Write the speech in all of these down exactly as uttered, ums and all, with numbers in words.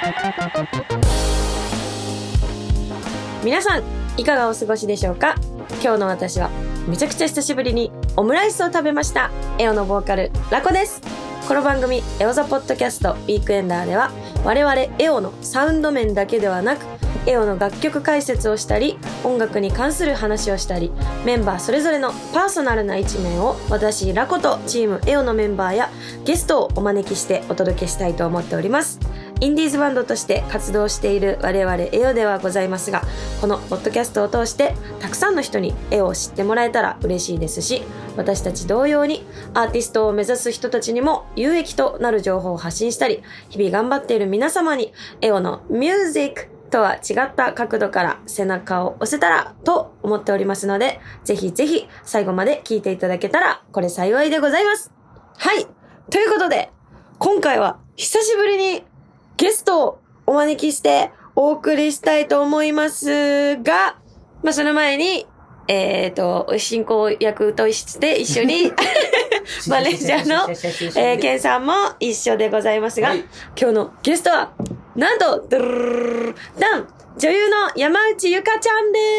皆さんいかがお過ごしでしょうか。今日の私はめちゃくちゃ久しぶりにオムライスを食べました。エオのボーカルラコです。この番組エオザポッドキャストウィークエンダーでは我々エオのサウンド面だけではなくエオの楽曲解説をしたり音楽に関する話をしたりメンバーそれぞれのパーソナルな一面を私ラコとチームエオのメンバーやゲストをお招きしてお届けしたいと思っております。インディーズバンドとして活動している我々エオではございますが、このポッドキャストを通してたくさんの人にエオを知ってもらえたら嬉しいですし、私たち同様にアーティストを目指す人たちにも有益となる情報を発信したり、日々頑張っている皆様にエオのミュージックとは違った角度から背中を押せたらと思っておりますので、ぜひぜひ最後まで聞いていただけたらこれ幸いでございます。はい、ということで今回は久しぶりにゲストをお招きしてお送りしたいと思いますが、まあ、その前に、えっと、進行役として一緒に、マネージャーの、えー、ケンさんも一緒でございますが、はい、今日のゲストは、なんと、ドゥルルルダン、女優の山内ゆかちゃんです。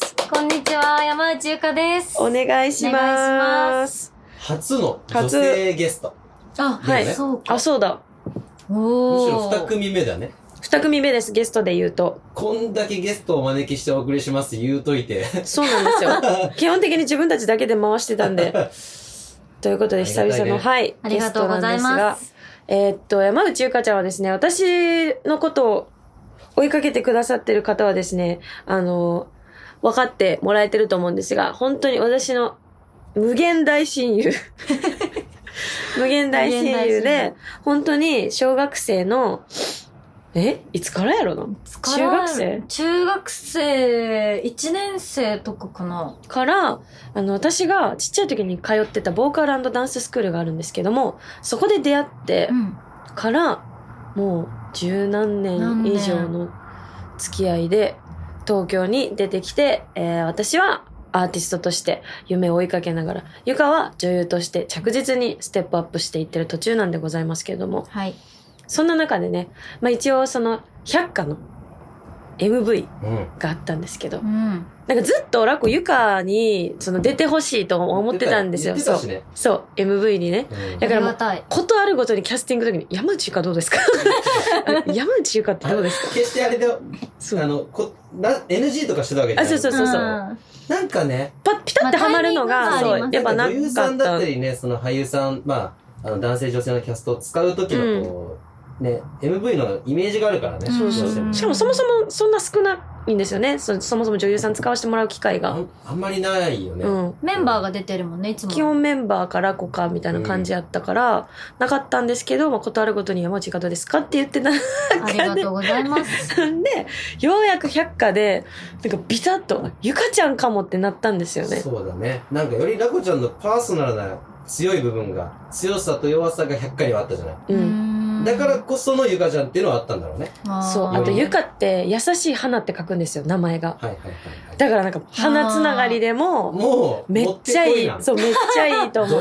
こんにちは、山内ゆかです。 お願いします。 初の女性ゲスト。 あ、はい、そうか。 あ、そうだ。 むしろ二組目だね。 二組目です、ゲストで言うと。 こんだけゲストをお招きしてお送りします言うといて。 そうなんですよ。基本的に自分たちだけで回してたんで。ということで久々の、ね、はい、 ありがとうございます。 えー、っと、山内ゆかちゃんはですね、私のことを追いかけてくださってる方はですね、あの、分かってもらえてると思うんですが、本当に私の無限大親友。無限大親友で、本当に小学生の、えいつからやろな中学生中学生、いちねん生とかかなから、あの、私がちっちゃい時に通ってたボーカルダンススクールがあるんですけども、そこで出会ってから、うん、もう十何年以上の付き合いで、東京に出てきて、えー、私は、アーティストとして夢を追いかけながら、ゆかは女優として着実にステップアップしていってる途中なんでございますけれども、 はい、 そんな中でね、まあ一応その百花の エムブイ があったんですけど、うん、なんかずっとラコゆかにその出てほしいと思ってたんですよ。 言ってたしね、 そう、そう エムブイ にね、 うん、 だからもうことあるごとにキャスティングの時に山内ゆかどうですか山内ゆかってどうですか。 決してあれであのこな エヌジー とかしてたわけじゃない。 あ、そうそうそうそう、 うんなんかね、 パッピタってはまるのが、 まあ、 そう、やっぱなかった。 女優さんだったりね、その俳優さん、まあ、あの男性女性のキャストを使うときのこう、うん、ね、エムブイ のイメージがあるからね。 そうそうそう。しかもそもそもそんな少ないんですよね。そ, そもそも女優さん使わせてもらう機会が。 あ, あんまりないよね、 うん。 メンバーが出てるもんね、いつも。 基本メンバーからこかみたいな感じやったから、うん、なかったんですけど、まあ、ことあるごとに山内かどうですかって言ってた。 ありがとうございます。 で、ようやく百花で、なんかビタッと、ゆかちゃんかもってなったんですよね。 そうだね。なんかよりラコちゃんのパーソナルな強い部分が、強さと弱さが百花にはあったじゃない。 うん。 だからこそのゆかちゃんっていうのはあったんだろうね。 そう。あとゆかって優しい花って書くんですよ、名前が。 はいはいはい、はい。 だからなんか花つながりでも、 もう、 めっちゃいい。そう、めっちゃいいと思って。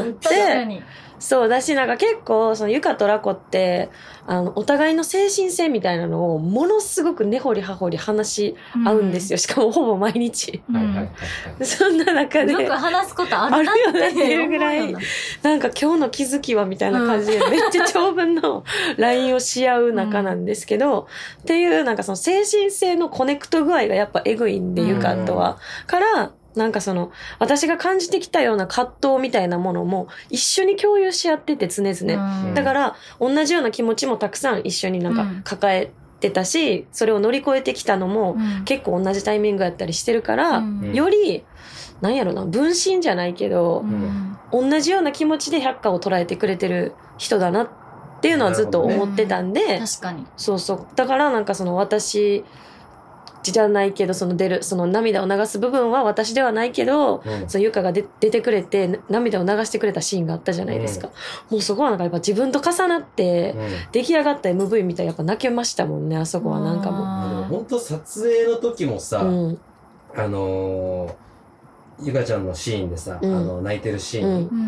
そうだし、なんか結構、そのゆかとラコって、あの、お互いの精神性みたいなのを、ものすごく根掘り葉掘り話し合うんですよ。うん、しかもほぼ毎日。 はいはいはい、はい。 そんな中で。 よく話すことあるなってあるよねっていうぐらい、なんか今日の気づきはみたいな感じで、めっちゃ長文の ライン をし合う仲なんですけど、うん、っていう、なんかその精神性のコネクト具合がやっぱエグいんで、ゆかとは。から、なんかその、私が感じてきたような葛藤みたいなものも一緒に共有し合ってて常々。だから、同じような気持ちもたくさん一緒になんか抱えてたし、それを乗り越えてきたのも結構同じタイミングやったりしてるから、より、なんやろな、分身じゃないけど、同じような気持ちで百花を捉えてくれてる人だなっていうのはずっと思ってたんで、 確かに。 そうそう。だからなんかその私、じゃないけど、その出る、その涙を流す部分は私ではないけど、うん、そのゆかがで出てくれて、涙を流してくれたシーンがあったじゃないですか。うん、もうそこはなんかやっぱ自分と重なって、うん、出来上がった エムブイ 見たらやっぱ泣けましたもんね、あそこはなんかもう。 本当撮影の時もさ、うん、あのー、ゆかちゃんのシーンでさ、うん、あの泣いてるシーン、うん、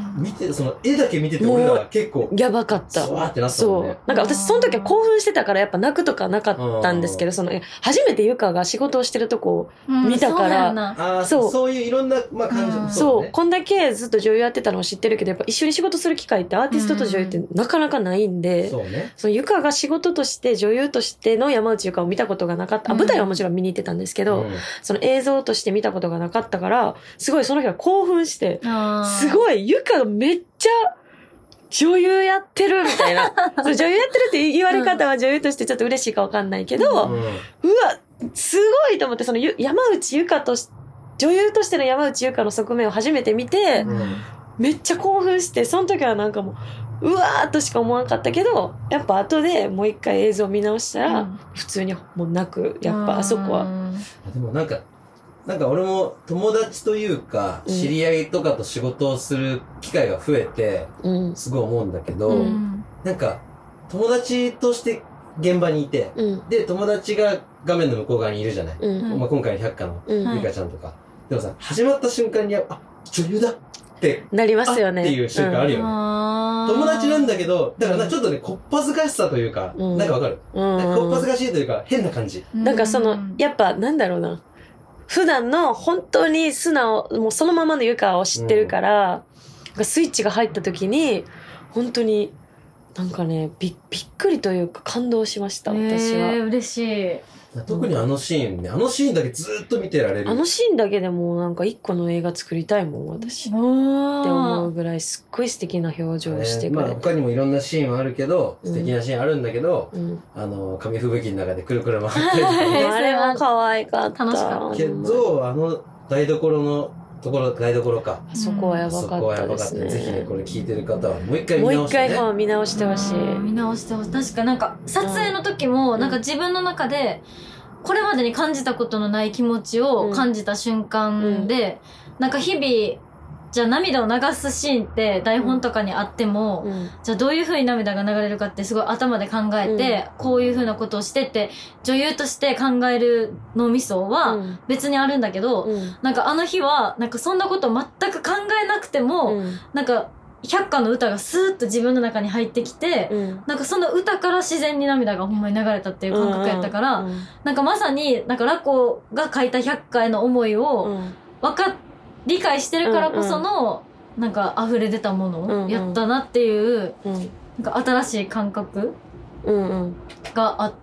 見て、その絵だけ見てて俺ら結構、 やばかった。 そうわーってなったもんね。 そう。なんか私その時は興奮してたからやっぱ泣くとかなかったんですけど、その、初めてゆかが仕事をしてるとこを見たから、うん、 あそう、そういういろんな、まあ、感情、うん、 そう、ね、こんだけずっと女優やってたのを知ってるけど、やっぱ一緒に仕事する機会ってアーティストと女優ってなかなかないんで、うん、そうね。そのゆかが仕事として女優としての山内ゆかを見たことがなかった。あ、舞台はもちろん見に行ってたんですけど、うん、その映像として見たことがなかったから、すごいその日は興奮して、すごいゆかがめっちゃ女優やってるみたいな。そう女優やってるって言われ方は女優としてちょっと嬉しいかわかんないけど、うん、うわ、すごいと思って、その山内ゆかとし、女優としての山内ゆかの側面を初めて見て、うん、めっちゃ興奮して、その時はなんかもう、うわーっとしか思わなかったけど、やっぱ後でもう一回映像見直したら、うん、普通にもう泣く。やっぱあそこは。 でもなんか、なんか俺も友達というか、知り合いとかと仕事をする機会が増えて、すごい思うんだけど、うん、なんか、友達として現場にいて、うん、で、友達が画面の向こう側にいるじゃない。うん、まあ今回の百科のゆかちゃんとか。でもさ、始まった瞬間に、あ、女優だってなりますよね。 っていう瞬間あるよね。うん、友達なんだけど、だからちょっとね、こっぱずかしさというか、うん、なんかわかる、うん、なんかこっぱずかしいというか、変な感じ。 なんかその、やっぱなんだろうな。普段の本当に素直、もうそのままのゆかを知ってるから、うん、スイッチが入った時に、本当になんかね、び、びっくりというか感動しました、私は。 えー、嬉しい。 特にあのシーンね、あのシーンだけずっと見てられる。 あのシーンだけでもなんか一個の映画作りたいもん、私。って思うぐらいすっごい素敵な表情をしてくれて。 まあ他にもいろんなシーンはあるけど、素敵なシーンあるんだけど、うん、あの、紙吹雪の中でくるくる回ったりとかね。 あれは可愛かった。 楽しかった。 けど、あの台所のところ、台所か。 あそこはやばかったですね。そこはやばかった。 ぜひね、これ聞いてる方はもう一回見直して、ね。 もう一回見直してほしい。 見直してほしい。確かなんか、撮影の時も、なんか自分の中で、これまでに感じたことのない気持ちを感じた瞬間で、うん、なんか日々、じゃあ涙を流すシーンって台本とかにあっても、うん、じゃあどういう風に涙が流れるかってすごい頭で考えて、うん、こういう風なことをしてって女優として考える脳みそは別にあるんだけど、うん、なんかあの日はなんかそんなこと全く考えなくても、うん、なんか百花の歌がスーッと自分の中に入ってきて、うん、なんかその歌から自然に涙がほんまに流れたっていう感覚やったから、うんうん、なんかまさになんかラコが書いた百花への思いを分かっ理解してるからこその、うんうん、なんか溢れ出たものをやったなっていう、うんうん、なんか新しい感覚があって、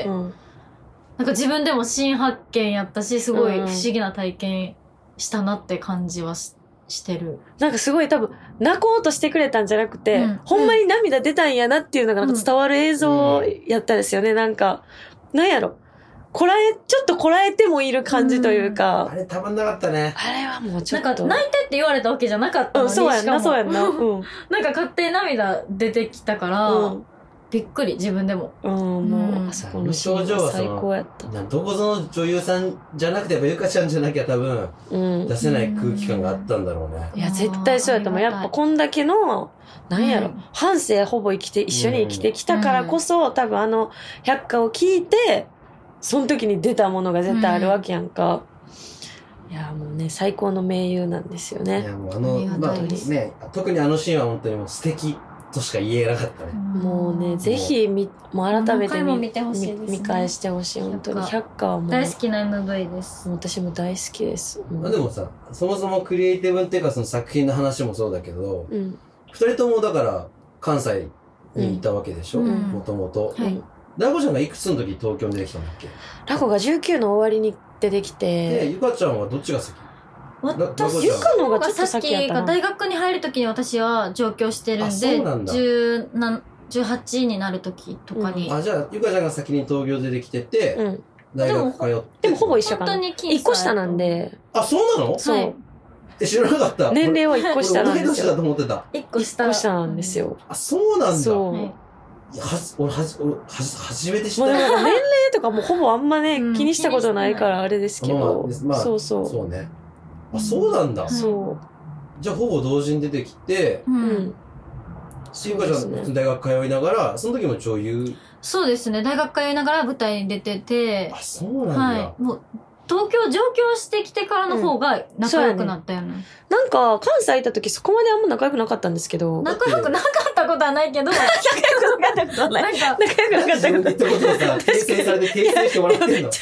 うんうん、なんか自分でも新発見やったし、すごい不思議な体験したなって感じは し, してる。 なんかすごい多分泣こうとしてくれたんじゃなくて、うん、ほんまに涙出たんやなっていうのがなんか伝わる映像やったですよね。なんか、なんやろ。こらえ、ちょっとこらえてもいる感じというか。 うん、あれたまんなかったね。 あれはもうちょっと。 なんか泣いてって言われたわけじゃなかったのに。 うん、そうやんな、そうやんな。うん。 なんか勝手に涙出てきたから、うん、びっくり、自分でも。 うん、もう、あそこのシーンは最高やった。 どこぞの女優さんじゃなくて、やっぱゆかちゃんじゃなきゃ多分、うん、出せない空気感があったんだろうね。 いや、絶対そうやったもん。やっぱこんだけの、なんやろ、うん、半生ほぼ生きて、一緒に生きてきたからこそ、うん、多分あの、百花を聞いて、その時に出たものが絶対あるわけやんか。うん、いや、もうね、最高の名優なんですよね。 いや、もうあの、まあね、特にあのシーンは本当にもう素敵としか言えなかったね。 もうね、ぜひみ、もう改めて 見, 見, てほしいです、ね、見返してほしい。本当に。百花はもう。 大好きな エムブイ です。 私も大好きです。 うん、まあでもさ、そもそもクリエイティブっていうかその作品の話もそうだけど、うん、二人ともだから関西にいたわけでしょ、もともと。ラコちゃんがいくつの時東京に出てきたんだっけ？ ラコがじゅうきゅうの終わりに出てきて。 で、ゆかちゃんはどっちが先？ 私、ゆかの方がちょっと先やったな。大学に入る時に私は上京してるんで、そうなんだ。じゅうはちになる時とかに。 うん、あ、じゃあ、ゆかちゃんが先に東京出てきてて、うん、大学通って。 でもほぼ一緒かな。本当に一個下なんで。 あ、そうなの？ そう。はい、 え、知らなかった。 年齢は一個下なんですよ。 同い年だと思ってた。 一個下。 一個下なんですよ。 あ、そうなんだ。 そう。はい、 は俺はじ、俺はじ、初めて知った。 もうなんか年齢とかもほぼあんまね、うん、気にしたことないからあれですけど。まあ、そうそう。 そうね。あ、そうなんだ。 そう。 じゃあほぼ同時に出てきて、うん。ゆかちゃん大学通いながら、その時も女優？ そうですね。大学通いながら舞台に出てて。 あ、そうなんだ。 はい。もう、 東京上京してきてからの方が仲良くなったよね。 うん、なんか、関西行った時そこまであんま仲良くなかったんですけど。 仲良くなかったことはないけど、仲良くなかったことはない。なんか、仲良くなかったことはない。 自分で言ったことをさ、訂正されて訂正してもらってんの。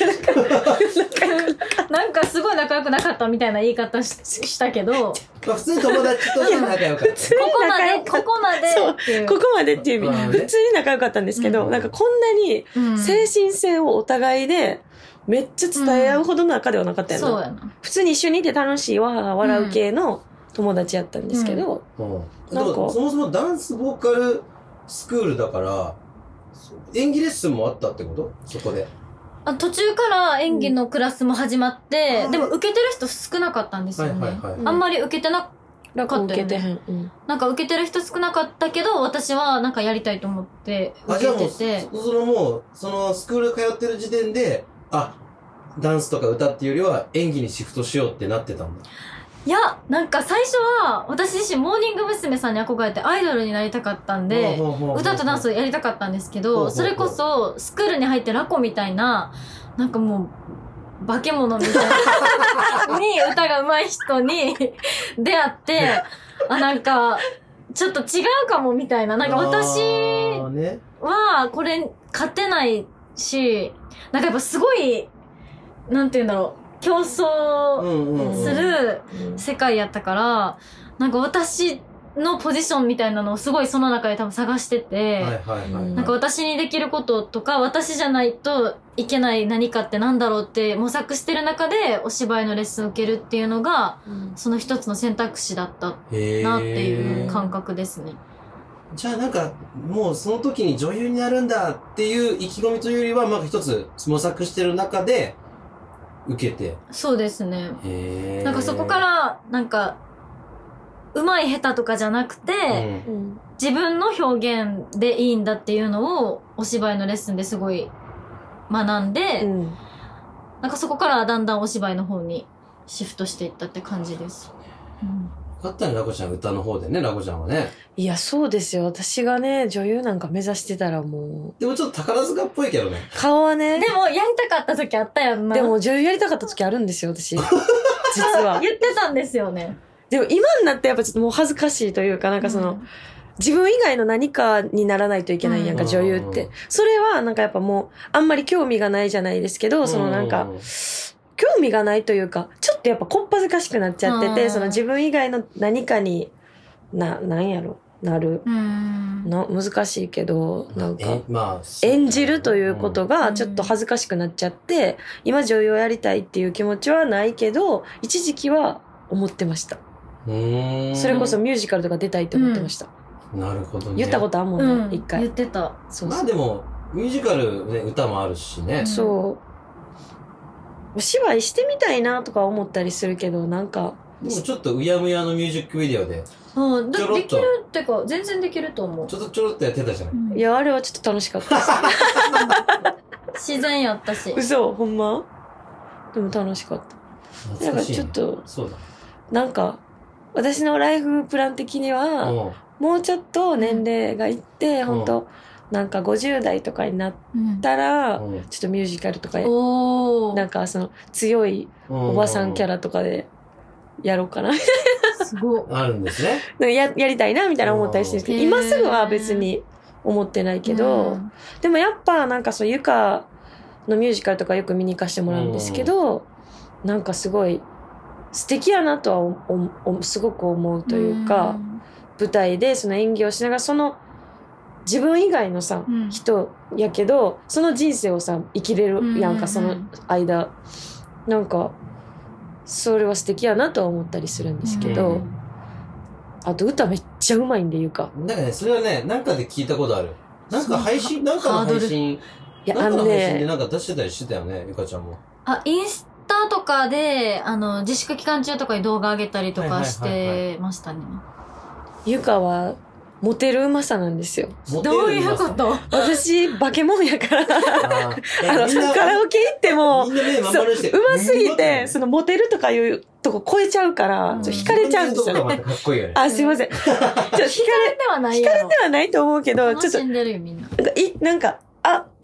なんかすごい仲良くなかったみたいな言い方 し, したけど、 まあ普通に友達として仲良かった。 ここまで、ここまでっていう。 ここまでっていう意味。普通に仲良かったんですけど、うん、なんかこんなに精神性をお互いでめっちゃ伝え合うほどの仲ではなかったよな。 うん、そうやな。 普通に一緒にいて楽しいわは笑う系の友達やったんですけど。 うんうん、なんかそもそもダンスボーカルスクールだから、演技レッスンもあったってことそこで。 あ、途中から演技のクラスも始まって、うん、でも受けてる人少なかったんですよね。はいはいはい、あんまり受けてなかったよね。受けてへん、うん。なんか受けてる人少なかったけど、私はなんかやりたいと思って受けてて。 あ、じゃあもう、そのもう、そのスクール通ってる時点で、あ、ダンスとか歌っていうよりは演技にシフトしようってなってたんだ。 いや、なんか最初は私自身モーニング娘。さんに憧れてアイドルになりたかったんで、歌とダンスをやりたかったんですけど、それこそスクールに入ってラコみたいな、なんかもう、化け物みたいな、に歌が上手い人に出会って、あ、なんか、ちょっと違うかもみたいな、なんか私はこれ勝てないし、なんかやっぱすごい、なんて言うんだろう、競争する世界やったから、なんか私のポジションみたいなのをすごいその中で多分探してて、なんか私にできることとか、私じゃないといけない何かってなんだろうって模索してる中でお芝居のレッスンを受けるっていうのが、その一つの選択肢だったなっていう感覚ですね。 じゃあなんか、もうその時に女優になるんだっていう意気込みというよりは、まあ一つ模索してる中で、受けて。 そうですね。へー。なんかそこから、なんか、上手い下手とかじゃなくて、うん、自分の表現でいいんだっていうのを、お芝居のレッスンですごい学んで、うん、なんかそこからだんだんお芝居の方にシフトしていったって感じです。うんだったらラコちゃん歌の方でね、ラコちゃんはね。 いや、そうですよ。私がね、女優なんか目指してたらもう。でもちょっと宝塚っぽいけどね。 顔はね。 でもやりたかった時あったやんな。 でも女優やりたかった時あるんですよ、私。実は。 言ってたんですよね。 でも今になってやっぱちょっともう恥ずかしいというか、なんかその、うん、自分以外の何かにならないといけないやんか、うん、女優って。それはなんかやっぱもう、あんまり興味がないじゃないですけど、そのなんか、うん興味がないというか、ちょっとやっぱこっぱずかしくなっちゃってて、その自分以外の何かにな、なんやろ、なる。の難しいけど、なんか、まあ、演じるということがちょっと恥ずかしくなっちゃって、今女優をやりたいっていう気持ちはないけど、一時期は思ってました。それこそミュージカルとか出たいって思ってました。 うん、なるほどね。 言ったことあるもんね、一、うん、回。 言ってた。 そうそう。 まあでも、ミュージカルね、歌もあるしね。 うん、そう。お芝居してみたいなとか思ったりするけど、なんか。 でもちょっとうやむやのミュージックビデオで。 うん、できるってか、全然できると思う。 ちょっとちょろっとやってたじゃない、 うん、いや、あれはちょっと楽しかったです。自然やったし。 嘘ほんまでも楽しかった。なんかちょっと、 そうだ。 なんか、私のライフプラン的には、もうちょっと年齢がいって、ほんと、なんかごじゅう代とかになったら、うん、ちょっとミュージカルとか、うん、なんかその強いおばさんキャラとかでやろうかなみたいな。 すごい。 あるんですね。 や、やりたいなみたいな思ったりしてるんですけど、今すぐは別に思ってないけど、うん、でもやっぱなんかそう、ゆかのミュージカルとかよく見に行かせてもらうんですけど、うん、なんかすごい素敵やなとはおおすごく思うというか、うん、舞台でその演技をしながらその自分以外のさ、うん、人やけど、その人生をさ、生きれるやんか、うんうんうん、その間。なんか、それは素敵やなとは思ったりするんですけど、うん、あと歌めっちゃうまいんで、ゆか。 なんかね、それはね、なんかで聞いたことある。なんか配信、なんかの配信、いや、なんかの配信でなんか出してたりしてたよね、ゆかちゃんも。 あ、インスタとかで、あの、自粛期間中とかに動画上げたりとかしてましたね。 ゆかは、モテるうまさなんですよ。 どういうこと私、化け物やから。あの、カラオケ行っても、うますぎて、そのモテるとかいうとこ超えちゃうから、ちょっと惹かれちゃうんですよね。 かっこいいよね。 あ、すいません。ちょっと惹かれてはない惹かれてはないと思うけど、 ちょっと。楽しんでるよ、みんな。 なんか、い、なんか、あっ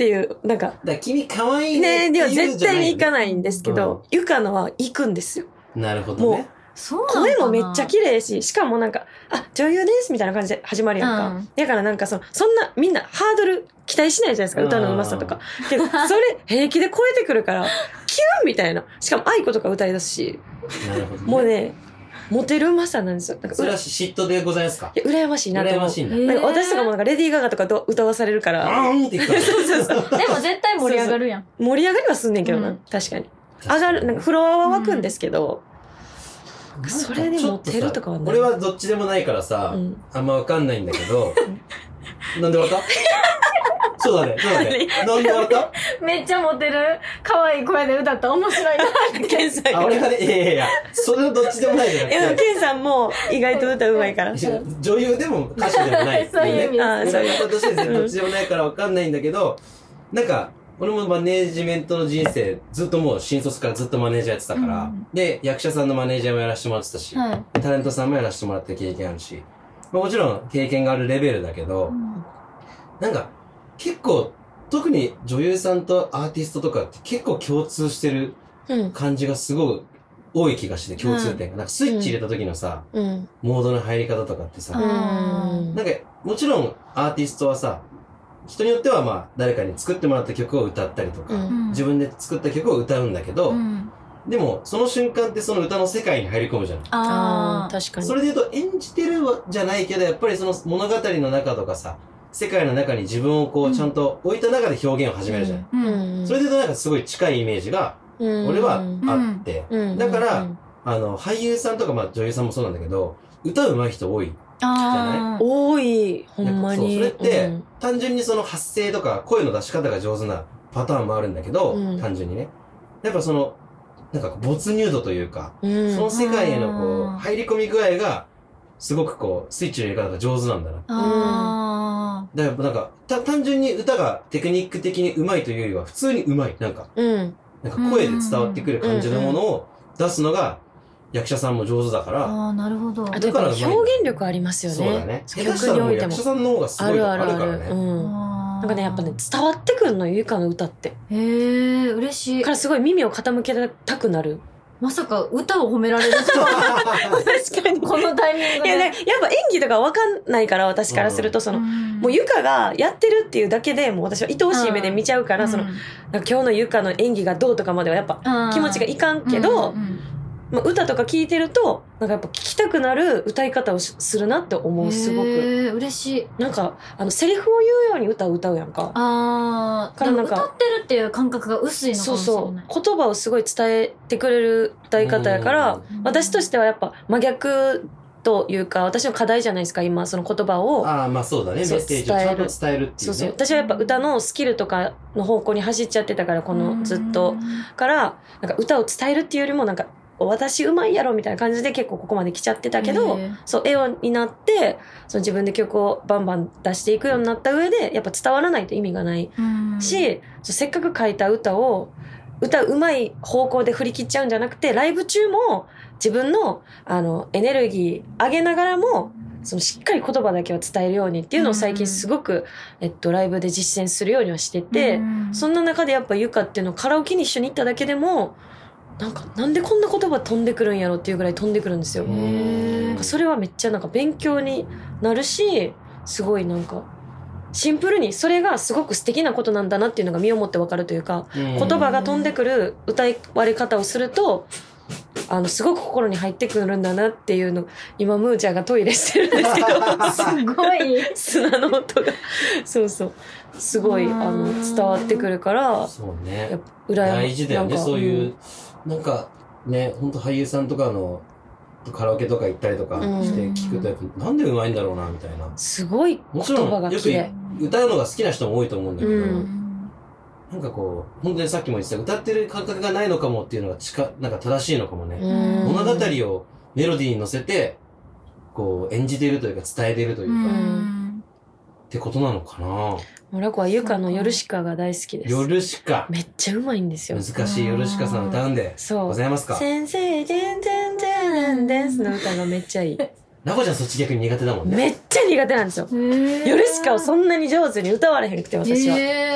っていう、なんか。 だから君可愛いねってね、で言うんじゃないよね。 は絶対に行かないんですけど、ゆかのは行くんですよ。 なるほどね。 もうそうなのかな。 声もめっちゃ綺麗し、しかもなんか、あ、女優ですみたいな感じで始まるやんか。 うんだからなんかその、そんなみんなハードル期待しないじゃないですか、歌の上手さとか。けど、それ平気で超えてくるから、キュンみたいな。しかも愛子とか歌い出すし、 なるほど、ね。 もうね、モテるうまさなんですよ。なんかそれは嫉妬でございますか？ いや、羨ましいなと思う。 羨ましいんだ。 なんか私とかもなんかレディー・ガガとかど歌わされるから、 あーんって言ったそうそうそう。 でも絶対盛り上がるやん。 盛り上がりはすんねんけどな、 うん確かに。 確かに上がる、なんかフロアは湧くんですけど、 なんかそれでモテるとかはない。 俺はどっちでもないからさ、 うんあんまわかんないんだけど、なんで笑ったそうだね、そうだね。なんで笑っためっちゃモテる可愛い声で歌ったら面白いなって。 ケンさんが。 あ、俺がね、いやいやいや、それはどっちでもないじゃなくいや、 て。 ケンさんも意外と歌うまいから。 女優でも歌手でもないってそういういうね。 意味ですあーそういう歌い方としてどっちでもないからわかんないんだけど、なんか、俺もマネージメントの人生、ずっともう新卒からずっとマネージャーやってたから、 うんで、役者さんのマネージャーもやらせてもらってたし、 はい。 タレントさんもやらせてもらって経験あるし、まあ、もちろん経験があるレベルだけど、なんか、結構、特に女優さんとアーティストとかって結構共通してるうん。 感じがすごい多い気がして、共通点が。なんかスイッチ入れた時のさ、 うん。 モードの入り方とかってさ、 うんなんか、もちろんアーティストはさ、人によってはまあ、誰かに作ってもらった曲を歌ったりとか、 うん自分で作った曲を歌うんだけど、 うん。 でも、その瞬間ってその歌の世界に入り込むじゃん。 ああ、 あー。 確かに。 それで言うと、演じてるわじゃないけど、やっぱりその物語の中とかさ、世界の中に自分をこう、ちゃんと置いた中で表現を始めるじゃん。 うん。 うん。 それで言うとなんかすごい近いイメージが、 うん、 俺はあって、 うん、 だからうんあの、俳優さんとかまあ女優さんもそうなんだけど、歌う上手い人多い。 あー。 多い、ほんまに。 そう、それって、 うん単純にその発声とか声の出し方が上手なパターンもあるんだけど、 うん単純にね。やっぱその、なんか没入度というか、 うん、 その世界へのこう、 うん入り込み具合が、すごくこう、スイッチの入れ方が上手なんだな。 あだからなんか、た、単純に歌がテクニック的に上手いというよりは、普通に上手い。なんか、 うん。 なんか声で伝わってくる感じのものを出すのが、役者さんも上手だかー。 ら、 あー、なるほど。 あとやっぱり表現力ありますよね。 そうだね。下手曲したらもうにおいても役者。さんの方がすあごいのるあるある。 あるからね。 うん。 ななんかね、やっぱね、伝わってくるのよ、ゆかの歌って。 へえ、嬉しいか。らすごい耳を傾けたくなる。 まさか歌を褒められると確かに。 このタイミングで。 いやね、やっぱ演技とかわかんないから、私からすると、その、 うんもうゆかがやってるっていうだけで、もう私は愛おしい目で見ちゃうから、その、 うんなんか今日のゆかの演技がどうとかまではやっぱ気持ちがいかんけど、 うんうんまあ、歌とか聞いてると、なんかやっぱ聞きたくなる歌い方をしするなって思う、すごく。 へー嬉しい。 なんか、あの、セリフを言うように歌を歌うやんか。 あー、 からなんかでも歌ってるっていう感覚が薄いのかそうもしれない。 そう。言葉をすごい伝えてくれる歌い方やからうん、 私としてはやっぱ真逆というか、私の課題じゃないですか、今、その言葉を。 ああ、まあそうだね。メそうッセージをちゃんと伝えるっていうね。 そうそう。私はやっぱ歌のスキルとかの方向に走っちゃってたから、このずっと。から、なんか歌を伝えるっていうよりも、なんか、私うまいやろみたいな感じで結構ここまで来ちゃってたけどへー、 そう、絵になって、その自分で曲をバンバン出していくようになった上で、やっぱ伝わらないと意味がないうんし、そうせっかく書いた歌を、歌うまい方向で振り切っちゃうんじゃなくて、ライブ中も自分の、あの、エネルギー上げながらも、そのしっかり言葉だけは伝えるようにっていうのを最近すごく、えっと、ライブで実践するようにはしてて、 うんそんな中でやっぱゆかっていうのをカラオケに一緒に行っただけでも、なんか、なんでこんな言葉飛んでくるんやろっていうぐらい飛んでくるんですよ。 うへーんなんかそれはめっちゃなんか勉強になるし、すごいなんか、シンプルにそれがすごく素敵なことなんだなっていうのが身をもってわかるというか、 言言葉が飛んでくる歌い割れ方をすると、あの、すごく心に入ってくるんだなっていうの、今、ムーちゃんがトイレしてるんですけど、 すごい。 砂の音が、そうそう、すごい、あの、伝わってくるから、 そうねやっ。ぱ、裏大事だよね、 なんかそういう、なんか、ね、ほんと俳優さんとかの、カラオケとか行ったりとかして聞くと、やっぱ、なんで上手いんだろうな、みたいな。 すごい言もちろん、 葉がよく綺麗。 歌うのが好きな人も多いと思うんだけど、 うんなんかこう、本当にさっきも言ってた、歌ってる感覚がないのかもっていうのが近、なんか正しいのかもね。 うん物語をメロディーに乗せて、こう、演じているというか、伝えているというか、 うっんてことなのかな。 もうラコはゆかのヨルシカが大好きです。 ヨルシカ。 めっちゃうまいんですよ。 難しいヨルシカさん歌うんで、 そう。 ございますか。 先生、全然全然ですの歌がめっちゃいい。 ラコちゃんそっち逆に苦手だもんね。 めっちゃ苦手なんですよ。 へーヨルシカをそんなに上手に歌われへんくて、私は。 へー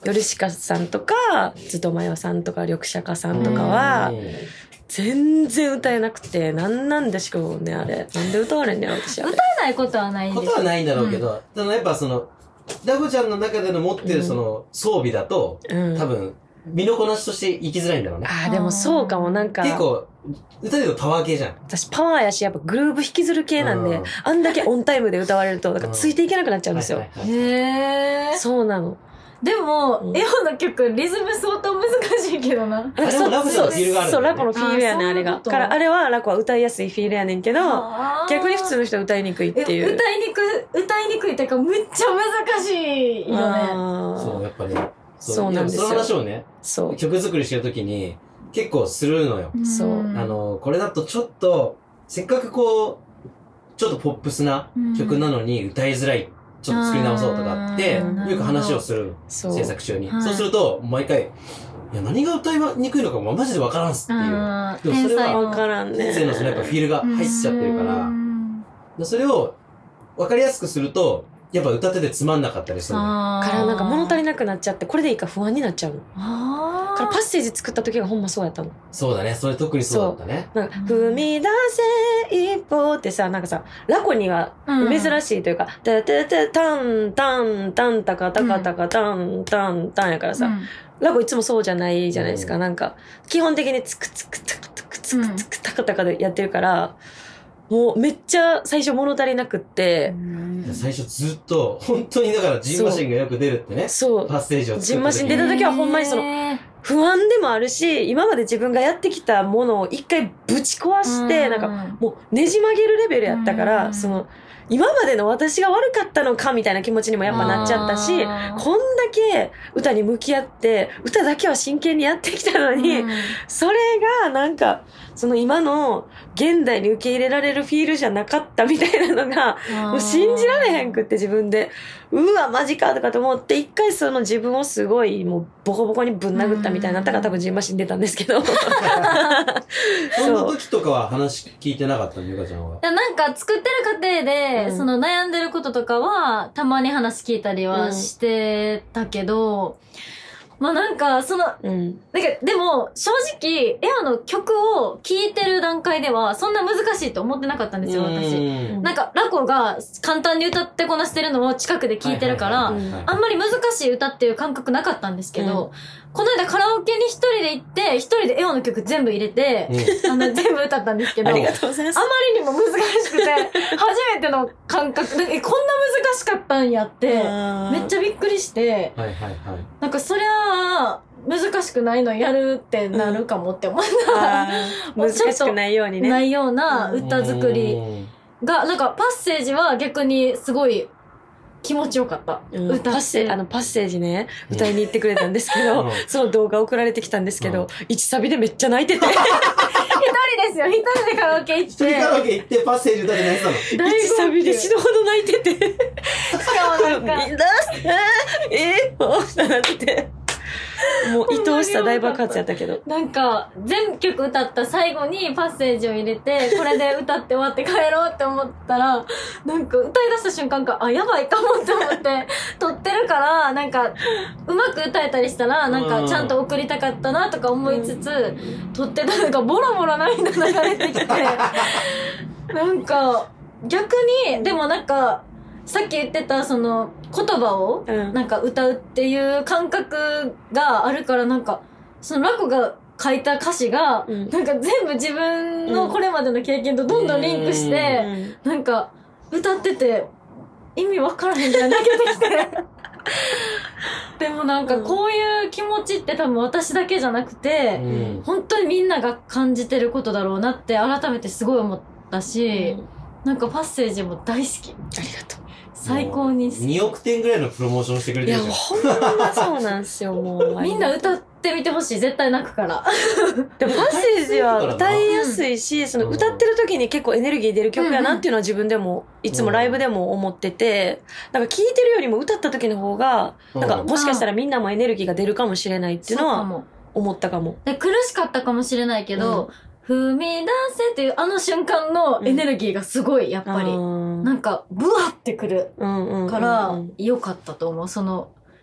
ヨルシカさんとか、ずとまよさんとか、緑茶家さんとかは、全然歌えなくて、なんなんでしょうね、あれ。なんで歌われんねやろ、私。 歌えないことはないんですことはないんだろうけど、でもやっぱその、ラコちゃんの中での持ってるその装備だと、うん、多分、身のこなしとして生きづらいんだろうね。 ああ、でもそうかも、なんか。 結構、歌で言うとパワー系じゃん。 私パワーやし、やっぱグルーブ引きずる系なんで、うん、あんだけオンタイムで歌われると、なんかついていけなくなっちゃうんですよ。へー。 そうなの。 でも、うん、エオの曲、リズム相当難しいけどな。 あれもラコのフィールがあるんだよね。 そう、ラコのフィールやねん、あれが。から、あれはラコは歌いやすいフィールやねんけど、逆に普通の人は歌いにくいっていう。 歌いにくい、歌いにくいっていうか、むっちゃ難しいよね。 そう、やっぱね。 そうなんですよ。 その話をね、そう。曲作りしてるときに、結構するのよ。 そう。 あの、これだとちょっと、せっかくこう、ちょっとポップスな曲なのに歌いづらい。ちょっと作り直そうとかって、よく話をする。制作中に。そうすると、毎回、いや、何が歌いにくいのかマジでわからんっすっていう。 でもそれはわからんね。 先生のそのやっぱフィールが入っちゃってるから、それをわかりやすくすると、やっぱ歌っててつまんなかったりするの。 からなんか物足りなくなっちゃって、これでいいか不安になっちゃうの。からパッセージ作った時がほんまそうやったの。 そうだね。それ特にそうだったね。 なんか、踏み出せ一歩ってさ、なんかさ、ラコには珍しいというか、てててタンタンタンタカタカタカタンタンタンやからさ、ラコいつもそうじゃないじゃないですか。なんか、基本的にツクツクツクツクツクツクタカタカでやってるから、もうめっちゃ最初物足りなくって、 最初ずっと、本当にだからジンマシンがよく出るってね。 そう。 パッセージを作ってジンマシン出た時はほんまにその、不安でもあるし、今まで自分がやってきたものを一回ぶち壊して、なんかもうねじ曲げるレベルやったから、その、今までの私が悪かったのかみたいな気持ちにもやっぱなっちゃったし、こんだけ歌に向き合って、歌だけは真剣にやってきたのに、それがなんか、その今の現代に受け入れられるフィールじゃなかったみたいなのが、もう信じられへんくって自分で、うわ、マジかとかと思って、一回その自分をすごいもうボコボコにぶん殴ったみたいになったから多分ジンマシン出たんですけど。その時とかは話聞いてなかったの、ゆかちゃんは。 なんか作ってる過程で、うん、その悩んでることとかは、たまに話聞いたりはしてたけど、うん、まあなんか、その、うん、だけど、でも、正直、エオの曲を聴いてる段階では、そんな難しいと思ってなかったんですよ、私。なんか、ラコが簡単に歌ってこなしてるのを近くで聴いてるから、あんまり難しい歌っていう感覚なかったんですけど、うん、この間カラオケに一人で行って、一人でエオの曲全部入れて、うん、あの、全部歌ったんですけど、ありがとうございます。 あまりにも難しくて、初めての感覚、え、こんな難しかったんやって、めっちゃびっくりして、 はいはいはい。 なんかそりゃ、難しくないのやるってなるかもって思った。 うん、難しくないようにね。 ないような歌作りが、なんかパッセージは逆にすごい気持ちよかった。 うん、歌パッセあのパッセージね、歌いに行ってくれたんですけど、うん、その動画送られてきたんですけど、いち、うん、サビでめっちゃ泣いてて。一人ですよ。一人でカラオケ行って。一人カラオケ行ってパッセージ歌って泣いてたの。 いちサビで死ぬほど泣いてて。しかもなんか。 えー、おってなってて。もう愛おしさ大爆発やったけど。 なんか、全曲歌った最後にパッセージを入れて、これで歌って終わって帰ろうって思ったら、なんか歌い出した瞬間か、あ、やばいかもって思って、撮ってるから、なんか、うまく歌えたりしたら、なんかちゃんと送りたかったなとか思いつつ、撮ってたのがボロボロ涙流れてきて、なんか、逆に、でもなんか、さっき言ってたその言葉をなんか歌うっていう感覚があるから、なんかそのラコが書いた歌詞がなんか全部自分のこれまでの経験とどんどんリンクしてなんか歌ってて意味わからへんじゃ泣けてきてでもなんかこういう気持ちって多分私だけじゃなくて本当にみんなが感じてることだろうなって改めてすごい思ったし、なんかパッセージも大好き。 ありがとう。 最高に好き。 におくてんぐらいのプロモーションしてくれてるじゃん。 いや、ほんまそうなんですよ、もう。 みんな歌ってみてほしい。絶対泣くから。 でも、パッセージは歌いやすいし、その歌ってる時に結構エネルギー出る曲やなっていうのは自分でも、いつもライブでも思ってて、なんか聴いてるよりも歌った時の方が、なんかもしかしたらみんなもエネルギーが出るかもしれないっていうのは思ったかも。 で苦しかったかもしれないけど、踏み出せっていうあの瞬間のエネルギーがすごい、やっぱり、うん、なんか、ブワってくるから、良かったと思う。その、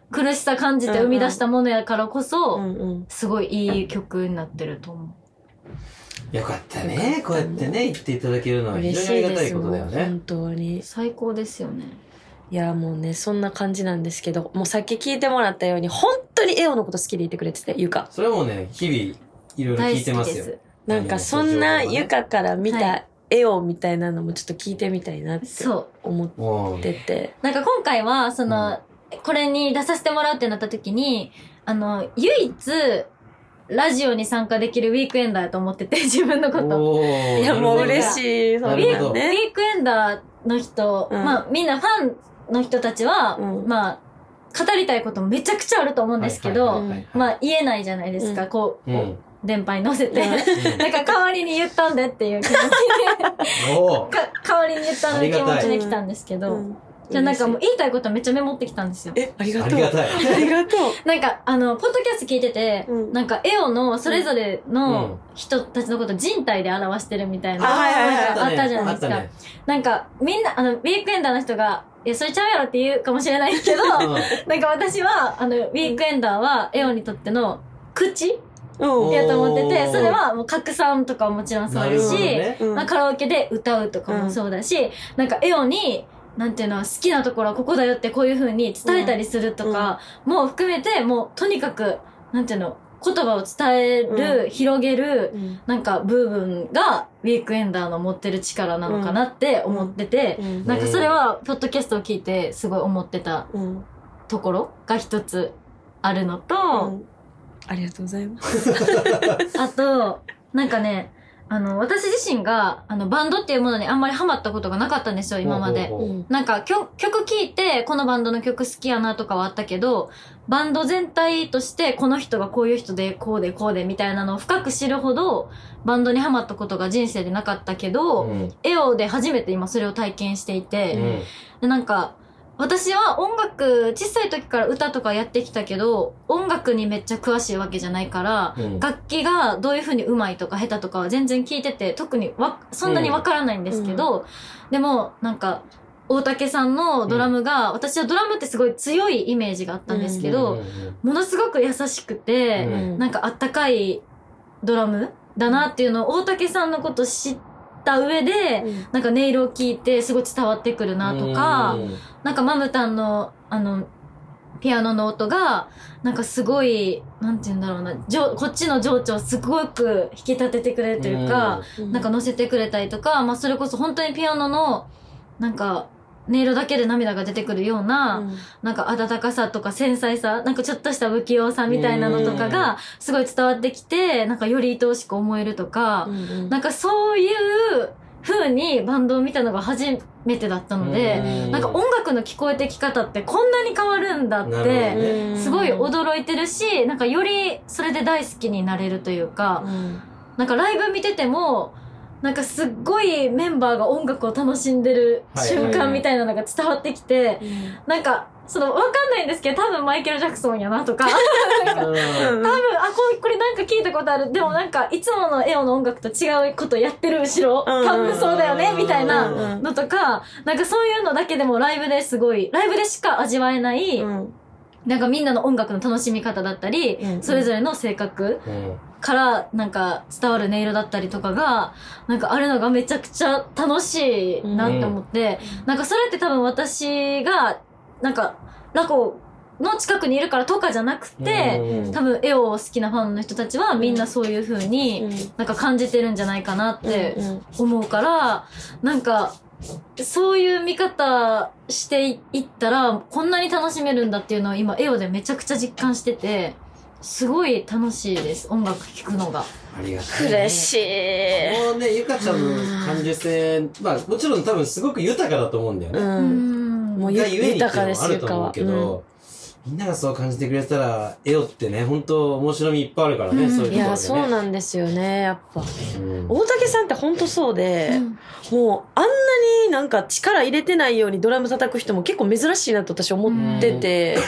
苦しさ感じて生み出したものやからこそ、 うんうん、 すごいいい曲になってると思う。よかったね。こうやってね、言っていただけるのは非常にありがたいことだよね。 本当に。 最高ですよね。 いや、もうね、そんな感じなんですけど、もうさっき聞いてもらったように、本当にエオのこと好きでいてくれてて、ゆか。 それはもうね、日々、いろいろ聞いてますよ。 なんかそんなゆかから見たエオみたいなのもちょっと聞いてみたいなって思ってて。 なんか今回は、その、うん、これに出させてもらうってなった時に、あの、唯一、ラジオに参加できるウィークエンダーと思ってて、自分のこと。 いや、もう嬉しい。 そうね。ウィークエンダーの人、うん、まあみんなファンの人たちは、うん、まあ、語りたいこともめちゃくちゃあると思うんですけど、まあ言えないじゃないですか、うん、こう、うん、電波に乗せて、なんか代わりに言ったんでっていう気持ちで、代わりに言ったので気持ちで来たんですけど、じゃあなんかもう言いたいことめっちゃメモってきたんですよ。 え、ありがとう。 ありがたい。 ありがとう。 なんか、あの、ポッドキャスト聞いてて、うん、なんか、エオのそれぞれの人たちのこと人体で表してるみたいな、なんかあったじゃないですか。ね、なんか、みんな、あの、ウィークエンダーの人が、いや、それちゃうやろって言うかもしれないけど、なんか私は、あの、ウィークエンダーは、エオにとっての口やと思ってて、それはもう拡散とかももちろんそうですし、ね、まあ、カラオケで歌うとかもそうだし、うん、なんか、エオに、なんていうのは好きなところはここだよってこういう風に伝えたりするとかも含めて、もうとにかく、なんていうの、言葉を伝える、うん、広げる、うん、なんか部分がウィークエンダーの持ってる力なのかなって思ってて、うんうん、なんかそれはポッドキャストを聞いてすごい思ってたところが一つあるのと、うん、 ありがとうございます。 あと、なんかね、あの、私自身が、あの、バンドっていうものにあんまりハマったことがなかったんですよ、今まで。ほうほうほう。なんか、曲、曲聴いて、このバンドの曲好きやなとかはあったけど、バンド全体として、この人がこういう人で、こうで、こうで、みたいなのを深く知るほど、バンドにハマったことが人生でなかったけど、うん、エオで初めて今それを体験していて、うん、で、なんか、私は音楽、小さい時から歌とかやってきたけど、音楽にめっちゃ詳しいわけじゃないから、うん、楽器がどういう風に上手いとか下手とかは全然聞いてて、特にわ、そんなにわからないんですけど、うん、でも、なんか、大竹さんのドラムが、うん、私はドラムってすごい強いイメージがあったんですけど、うん、ものすごく優しくて、うん、なんかあったかいドラムだなっていうのを大竹さんのこと知って、た上で、うん、なんか音色を聞いてすごい伝わってくるなとか、なんかマムタンのあのピアノの音がなんかすごいなんて言うんだろうな、こっちの情緒をすごく引き立ててくれるというか、なんか乗せてくれたりとか、まあそれこそ本当にピアノのなんか音色だけで涙が出てくるような、うん、なんか温かさとか繊細さ、なんかちょっとした不器用さみたいなのとかがすごい伝わってきて、なんかより愛おしく思えるとか、うんうん、なんかそういう風にバンドを見たのが初めてだったので、なんか音楽の聞こえてき方ってこんなに変わるんだって、すごい驚いてるし、なんかよりそれで大好きになれるというか、うん、なんかライブ見てても、なんかすっごいメンバーが音楽を楽しんでる瞬間みたいなのが伝わってきて、はいはいはい、なんか、その、わかんないんですけど、多分マイケル・ジャクソンやなとか、なんか多分、あ、これ、これなんか聞いたことある。でもなんか、いつものエオの音楽と違うことやってる後ろ、多分そうだよね、みたいなのとか、なんかそういうのだけでもライブですごい、ライブでしか味わえない、うん、なんかみんなの音楽の楽しみ方だったり、うんうん、それぞれの性格、うんからなんか伝わる音色だったりとかがなんかあるのがめちゃくちゃ楽しいなって思って、うん、なんかそれって多分私がなんかラコの近くにいるからとかじゃなくて、うん、多分エオを好きなファンの人たちはみんなそういう風になんか感じてるんじゃないかなって思うから、なんかそういう見方していったらこんなに楽しめるんだっていうのを今エオでめちゃくちゃ実感してて、すごい楽しいです、音楽聴くのが。 ありがたい、ね。 嬉しい。 もうね、ゆかちゃんの感受性、まあもちろん多分すごく豊かだと思うんだよね。うん。 もう豊かです、 ゆかは。けど、うん、みんながそう感じてくれたら、エオってね、本当面白みいっぱいあるからね、うん、そういうところで、ね。いや、 そうなんですよね、やっぱ。うん、大竹さんって本当そうで、うん、もうあんなになんか力入れてないようにドラム叩く人も結構珍しいなと私思ってて、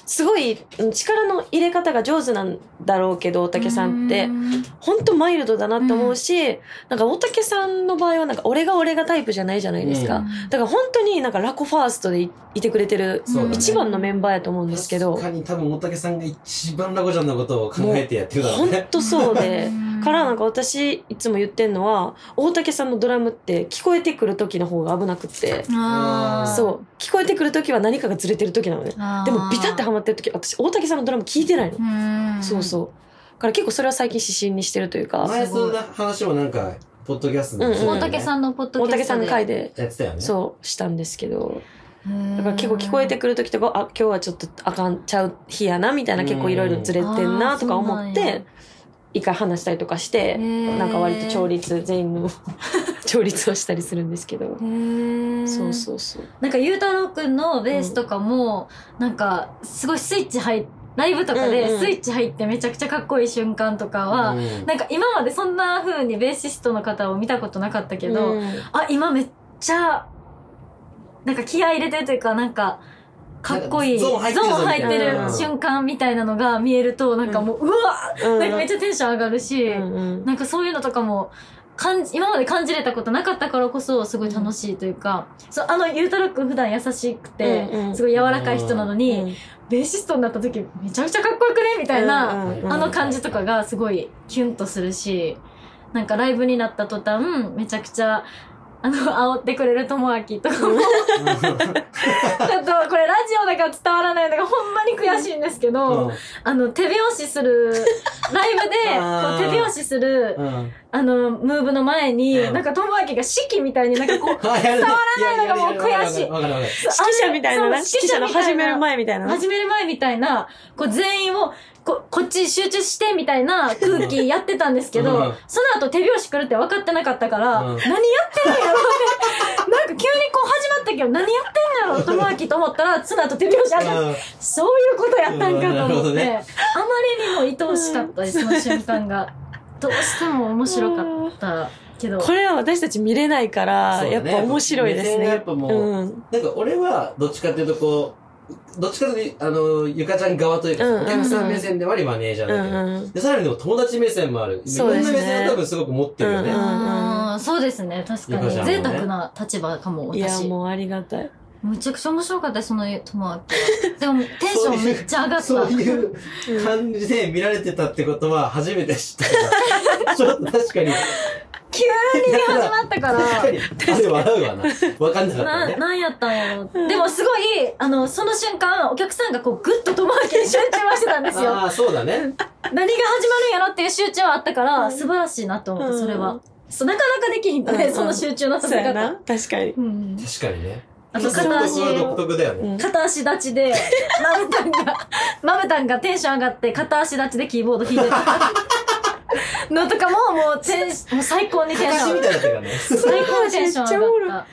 すごい力の入れ方が上手なんだろうけど、大竹さんって、ほんとマイルドだなって思うし、うん、なんか大竹さんの場合はなんか俺が俺がタイプじゃないじゃないですか。うん、だから本当になんかラコファーストで い, いてくれてる一番のメンバーやと思うんですけど。 確かに多分大竹さんが一番ラコちゃんのことを考えてやってるだろうね。 ほんとそうで。からなんか私いつも言ってんのは、大竹さんのドラムって聞こえてくる時の方が危なくって。あそう。聞こえてくる時は何かがずれてる時なのね。でもビタってハマってる時、私大竹さんのドラム聞いてないの。うんそうそう。だから結構それは最近指針にしてるというか。 前そんな話もなんか、ポッドキャストで、ねうんうん、大竹さんのポッドキャストで。 大竹さんの回で。 やってたよね。 そう、したんですけど。だから結構聞こえてくる時とか、あ、今日はちょっとあかんちゃう日やな、みたいな結構いろいろずれてんな、とか思って、一回話したりとかして、なんか割と調律、全員の調律をしたりするんですけど。そうそうそう。 なんかゆうたろうくんのベースとかも、うん、なんかすごいスイッチ入って、ライブとかでスイッチ入ってめちゃくちゃかっこいい瞬間とかは、うん、なんか今までそんな風にベーシストの方を見たことなかったけど、うん、あ、今めっちゃ、なんか気合い入れてるというか、なんか、かっこいい、ゾーン入ってる瞬間みたいなのが見えると、なんかもう、うわー、なんかめっちゃテンション上がるし、なんかそういうのとかも、感じ、今まで感じれたことなかったからこそ、すごい楽しいというか、うん、そう、あの、ゆうたろうくん普段優しくて、うんうん、すごい柔らかい人なのに、うん、ベーシストになった時、めちゃくちゃかっこよくねみたいな、うんうんうん、あの感じとかがすごいキュンとするし、なんかライブになった途端、めちゃくちゃ、あの、煽ってくれるともあきとかも、ちょっと、これラジオだから伝わらないのがほんまに悔しいんですけど、うん、あの、手拍子する、ライブで、こう手拍子する、うん、あの、ムーブの前に、うん、なんかともあきが指揮みたいになんかこう、伝わらないのがもう悔しい。指揮者みたいな、指揮者の始める前みたいな。 始める前みたいな、こう全員を、こ、こっち集中してみたいな空気やってたんですけど、うん、その後手拍子来るって分かってなかったから、うん、何やってんのやろって、なんか急にこう始まったけど、何やってんのやろともあきと思ったら、その後手拍子上がって、うん、そういうことやったんかと思って、うんね、あまりにも愛おしかったです、その瞬間が。どうしても面白かったけど。 これは私たち見れないから、ね、やっぱ面白いですね。 やっぱもう、うん、なんか俺はどっちかっていうとこう、どっちかというと、あの、ゆかちゃん側というか、うんうんうん、お客さん目線でもありマネージャーだけど、うんうん、で、さらにでも友達目線もある。そうですね。いろんな目線を多分すごく持ってるよね。うんうんうん、そうですね、確かに。ね、贅沢な立場かも、私。 いや、もうありがたい。 むちゃくちゃ面白かったその友達は。でも、テンションめっちゃ上がった。 そういう感じで見られてたってことは初めて知ったから。ちょっと確かに。 急に始まったから。 確かに。あれ笑うわな。わかんなかったね。 な、なんやったんやろ。でもすごい、あの、その瞬間、お客さんがこう、ぐっと友達に集中はしてたんですよ。 ああ、そうだね。何が始まるんやろっていう集中はあったから、素晴らしいなと思った、それは。そう、なかなかできひんとね、その集中のさせ方。 確かに。 うん、確かにね。 あと片足を、 独特だよね、 片足立ちで、マブタンが、マブタンがテンション上がって片足立ちでキーボード弾いてた。のとかももうテンもう最高にテンション上がった。最高にテンション上がった。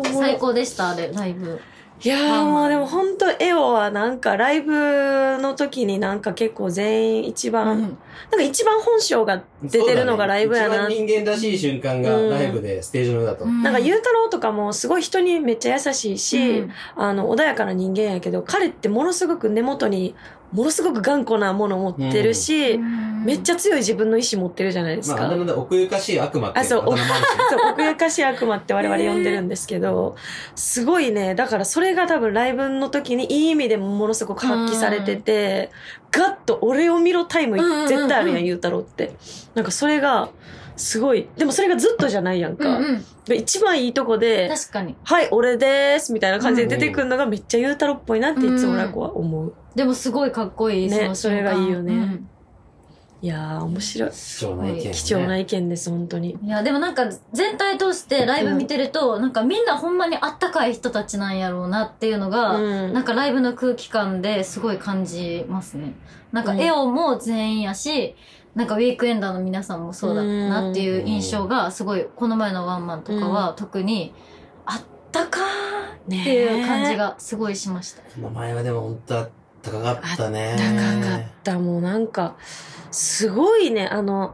最高でしたあれライブ。 いやーもうでも本当エオはなんかライブの時になんか結構全員一番、うん、なんか一番本性が出てるのがライブやな。 ね、一番人間らしい瞬間がライブでステージの上だと。 うん、なんかゆうたろうとかもすごい人にめっちゃ優しいし、うん、あの穏やかな人間やけど彼ってものすごく根元にものすごく頑固なもの持ってるし、うん、めっちゃ強い自分の意志持ってるじゃないですか。 まあ、あだ名で奥ゆかしい悪魔っていうあ、そう、そう奥ゆかしい悪魔って我々呼んでるんですけど、すごいね、だからそれが多分ライブの時にいい意味でもものすごく発揮されてて、うん、ガッと俺を見ろタイム絶対あるやん、ゆうたろうって。なんかそれが、すごい。でもそれがずっとじゃないやんか。うんうん、一番いいとこで、 確かに。 はい、俺でーすみたいな感じで出てくるのがめっちゃゆうたろうっぽいなっていつもラコは思う。うん、 でもすごいかっこいい、 ね、それがいいよね。うん、いやー、面白い。 貴重な意見、ね。 貴重な意見です、本当に。 いや、でもなんか全体通してライブ見てると、うん、なんかみんなほんまにあったかい人たちなんやろうなっていうのが、うん、なんかライブの空気感ですごい感じますね。なんかエオも全員やし、なんかウィークエンダーの皆さんもそうだなっていう印象がすごい、この前のワンマンとかは特にあったかーっていう感じがすごいしました。 この前はでも本当あったかかったね。 あったかかった。もうなんか、すごいね、あの、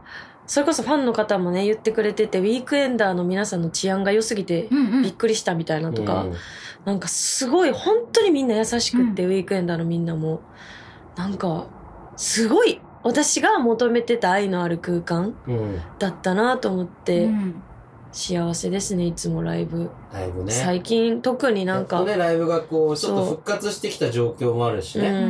それこそファンの方もね言ってくれてて、ウィークエンダーの皆さんの治安が良すぎてびっくりしたみたいなとか、うんうん、なんかすごい本当にみんな優しくって、うん、ウィークエンダーのみんなもなんかすごい私が求めてた愛のある空間だったなと思って、うん、幸せですね。いつもライブライブね、 最近特になんかね、ライブがこうちょっと復活してきた状況もあるしね、うん、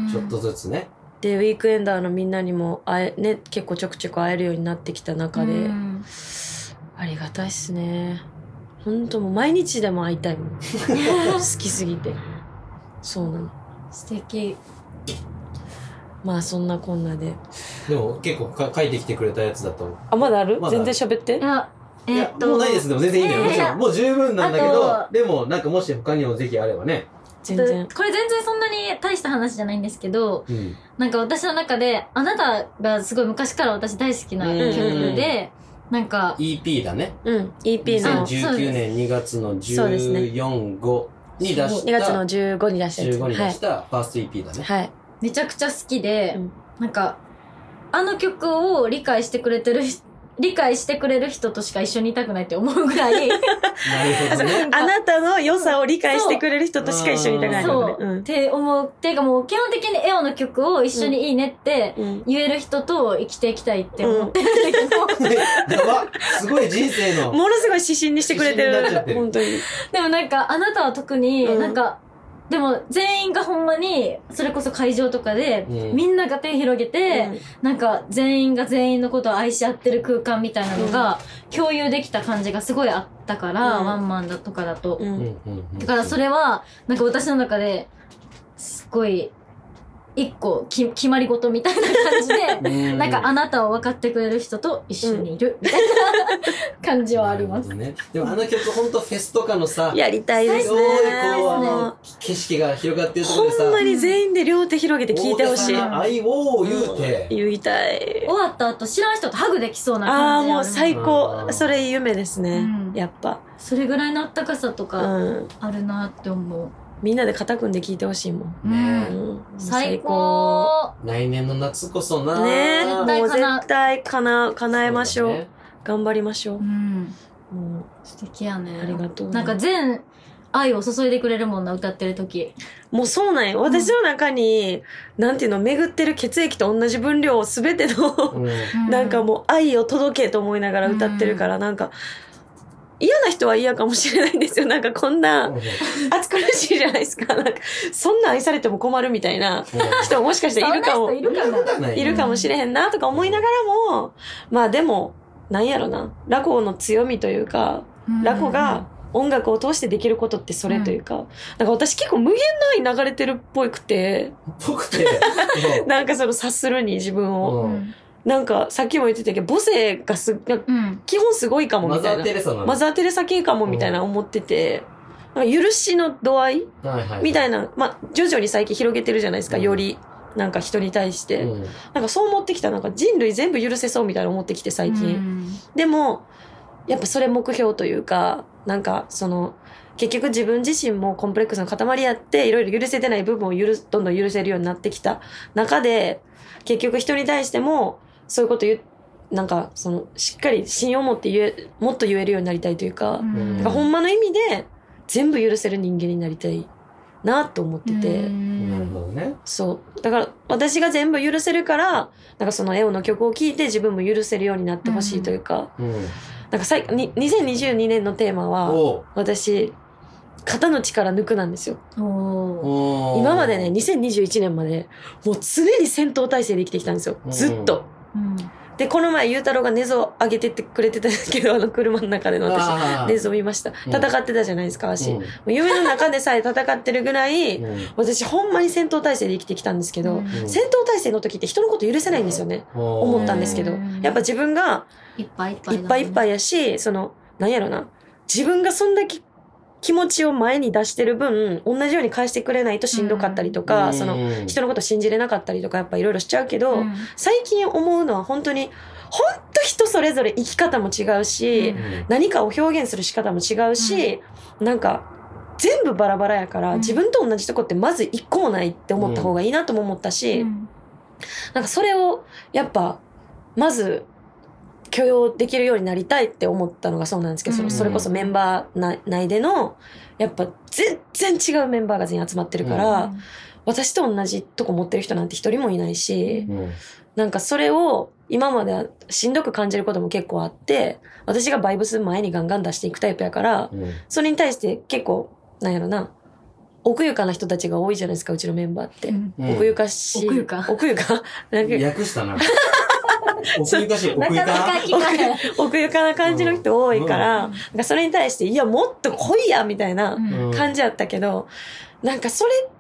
ちょっとずつね。 でウィークエンダーのみんなにも会え、ね、結構ちょくちょく会えるようになってきた中で、うん、ありがたいっすね。本当もう毎日でも会いたいもん好きすぎて。そうなの。 素敵。 まあそんなこんなで。 でも結構か書いてきてくれたやつだと。 あ、まだある？まだ全然喋って。 いや、えー、っといやもうないです。でも全然いいんだよ。もちろんもう十分なんだけど、でもなんかもし他にもぜひあればね。 全然これ全然そんなに大した話じゃないんですけど、うん、なんか私の中であなたがすごい昔から私大好きな曲で、なんかイーピー だね。 うん イーピー のにせんじゅうきゅうねんにがつのじゅうよん、ごに出した、 にがつのじゅうごに出したやつ、 じゅうごに出したファースト イーピー だね。 はい。 めちゃくちゃ好きで、うん、なんかあの曲を理解してくれてる理解してくれる人としか一緒にいたくないって思うぐらいなるほどね。 あなたの良さを理解してくれる人としか一緒にいたくない、ね、 そう、うん、って思う。っていうかもう基本的にエオの曲を一緒にいいねって言える人と生きていきたいって思ってるんだけど、 うん、やばすごい人生のものすごい指針にしてくれてる本当に。 でもなんかあなたは特になんか、うんでも全員がほんまにそれこそ会場とかで、うん、みんなが手広げて、うん、なんか全員が全員のことを愛し合ってる空間みたいなのが共有できた感じがすごいあったから、うん、ワンマンだとかだと、うん、だからそれはなんか私の中ですごい一個き決まり事みたいな感じでなんかあなたを分かってくれる人と一緒にいるみたいな感じはあります、 ね、でもあの曲ほんとフェスとかのさやりたいですね。 こうあの景色が広がってるところでさほんまに全員で両手広げて聴いてほしい。 愛を言うて言いたい。 終わった後知らん人とハグできそうな感じ。 ああもう最高。それ夢ですね、うん、やっぱそれぐらいのあったかさとかあるなって思う、うんみんなで肩組んで聞いてほしいもん。 ね、うん、最高。 来年の夏こそな。 ねもう絶対かな、叶えましょう。うね、頑張りましょう。うん。 もう素敵やね。 ありがとう。 なんか全愛を注いでくれるもんな、歌ってる時。 もうそうなんよ。私の中に、うん、なんていうの、巡ってる血液と同じ分量をすべての、うん、なんかもう愛を届けと思いながら歌ってるから、うん、なんか、嫌な人は嫌かもしれないんですよ。なんかこんな暑苦しいじゃないですか。なんかそんな愛されても困るみたいな人ももしかしたらいるかもいるかな、 いるかもしれへんなとか思いながらも、まあでもなんやろな、ラコの強みというか、ラコが音楽を通してできることってそれというか、うん、なんか私結構無限の愛流れてるっぽくて、 ぽくてなんかその察するに自分を。うんなんか、さっきも言ってたけど、母性がす、うん、基本すごいかもみたいな。マザーテレサなのマザーテレサ系かもみたいな思ってて、うん、なんか許しの度合い、はいはいはい、みたいな、まあ、徐々に最近広げてるじゃないですか、うん、より、なんか人に対して、うん。なんかそう思ってきた、なんか人類全部許せそうみたいな思ってきて最近。うん、でも、やっぱそれ目標というか、なんかその、結局自分自身もコンプレックスの塊やって、いろいろ許せてない部分を許す、どんどん許せるようになってきた中で、結局人に対しても、そういうこと言う、なんか、その、しっかり信用を持って言え、もっと言えるようになりたいというか、うん、なんかほんまの意味で全部許せる人間になりたいなと思ってて。 なるほどね。 そう。だから私が全部許せるから、なんかそのエオの曲を聴いて自分も許せるようになってほしいというか、うん、なんかさいににせんにじゅうにねんのテーマは、私、肩の力抜くなんですよ。お今までね、にせんにじゅういちねんまで、もう常に戦闘態勢で生きてきたんですよ。ずっと。うん、で、この前、ゆうたろうが寝相上げてってくれてたんですけど、あの車の中での私、寝相見ました。戦ってたじゃないですか、足。うん、夢の中でさえ戦ってるぐらい、うん、私ほんまに戦闘態勢で生きてきたんですけど、うん、戦闘態勢の時って人のこと許せないんですよね。うん、思ったんですけど。やっぱ自分が、 いっぱいいっぱい、 ね。いっぱいいっぱいやし、その、なんやろな。自分がそんだけ、気持ちを前に出してる分、同じように返してくれないとしんどかったりとか、うん、その、人のこと信じれなかったりとか、やっぱいろいろしちゃうけど、うん、最近思うのは本当に、本当人それぞれ生き方も違うし、うん、何かを表現する仕方も違うし、うん、なんか、全部バラバラやから、うん、自分と同じとこってまず一個もないって思った方がいいなとも思ったし、うん、なんかそれを、やっぱ、まず、 許容できるようになりたいって思ったのがそうなんですけど、 うん、 それこそメンバー内での、やっぱ全然違うメンバーが全員集まってるから、うん、私と同じとこ持ってる人なんて一人もいないし、うん、なんかそれを今まではしんどく感じることも結構あって、私がバイブス前にガンガン出していくタイプやから、うん、それに対して結構、なんやろな、奥ゆかな人たちが多いじゃないですか、うちのメンバーって。うん、奥ゆかしい。 奥ゆか奥ゆかなんか訳したな。奥ゆかしい。奥ゆか奥ゆかな感じの人多いから、うん、なんかそれに対して、いや、もっと来いやみたいな感じやったけど、うん、なんかそれって、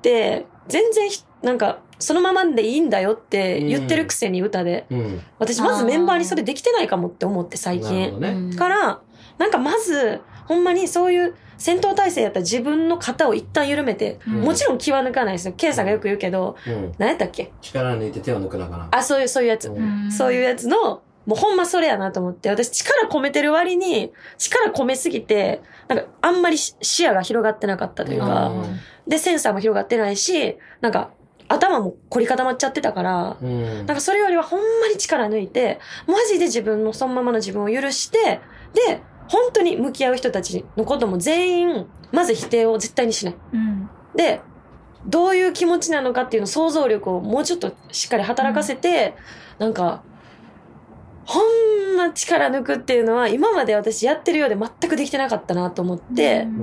全然、なんか、そのままでいいんだよって言ってるくせに歌で、うん、私まずメンバーにそれできてないかもって思って最近。ね、から、なんかまず、ほんまにそういう戦闘態勢やったら自分の肩を一旦緩めて、うん、もちろん気は抜かないですよ。ケイさんがよく言うけど、うん、何やったっけ？ 力抜いて手を抜くなかな。 あ、そういう、そういうやつ、うん。そういうやつの、もうほんまそれやなと思って、私力込めてる割に、力込めすぎて、なんかあんまり視野が広がってなかったというか、で、センサーも広がってないし、なんか、頭も凝り固まっちゃってたから、うん、なんかそれよりはほんまに力抜いて、マジで自分のそのままの自分を許して、で、本当に向き合う人たちのことも全員、まず否定を絶対にしない。うん、で、どういう気持ちなのかっていうの想像力をもうちょっとしっかり働かせて、うん、なんか、ほんま力抜くっていうのは今まで私やってるようで全くできてなかったなと思って、うん、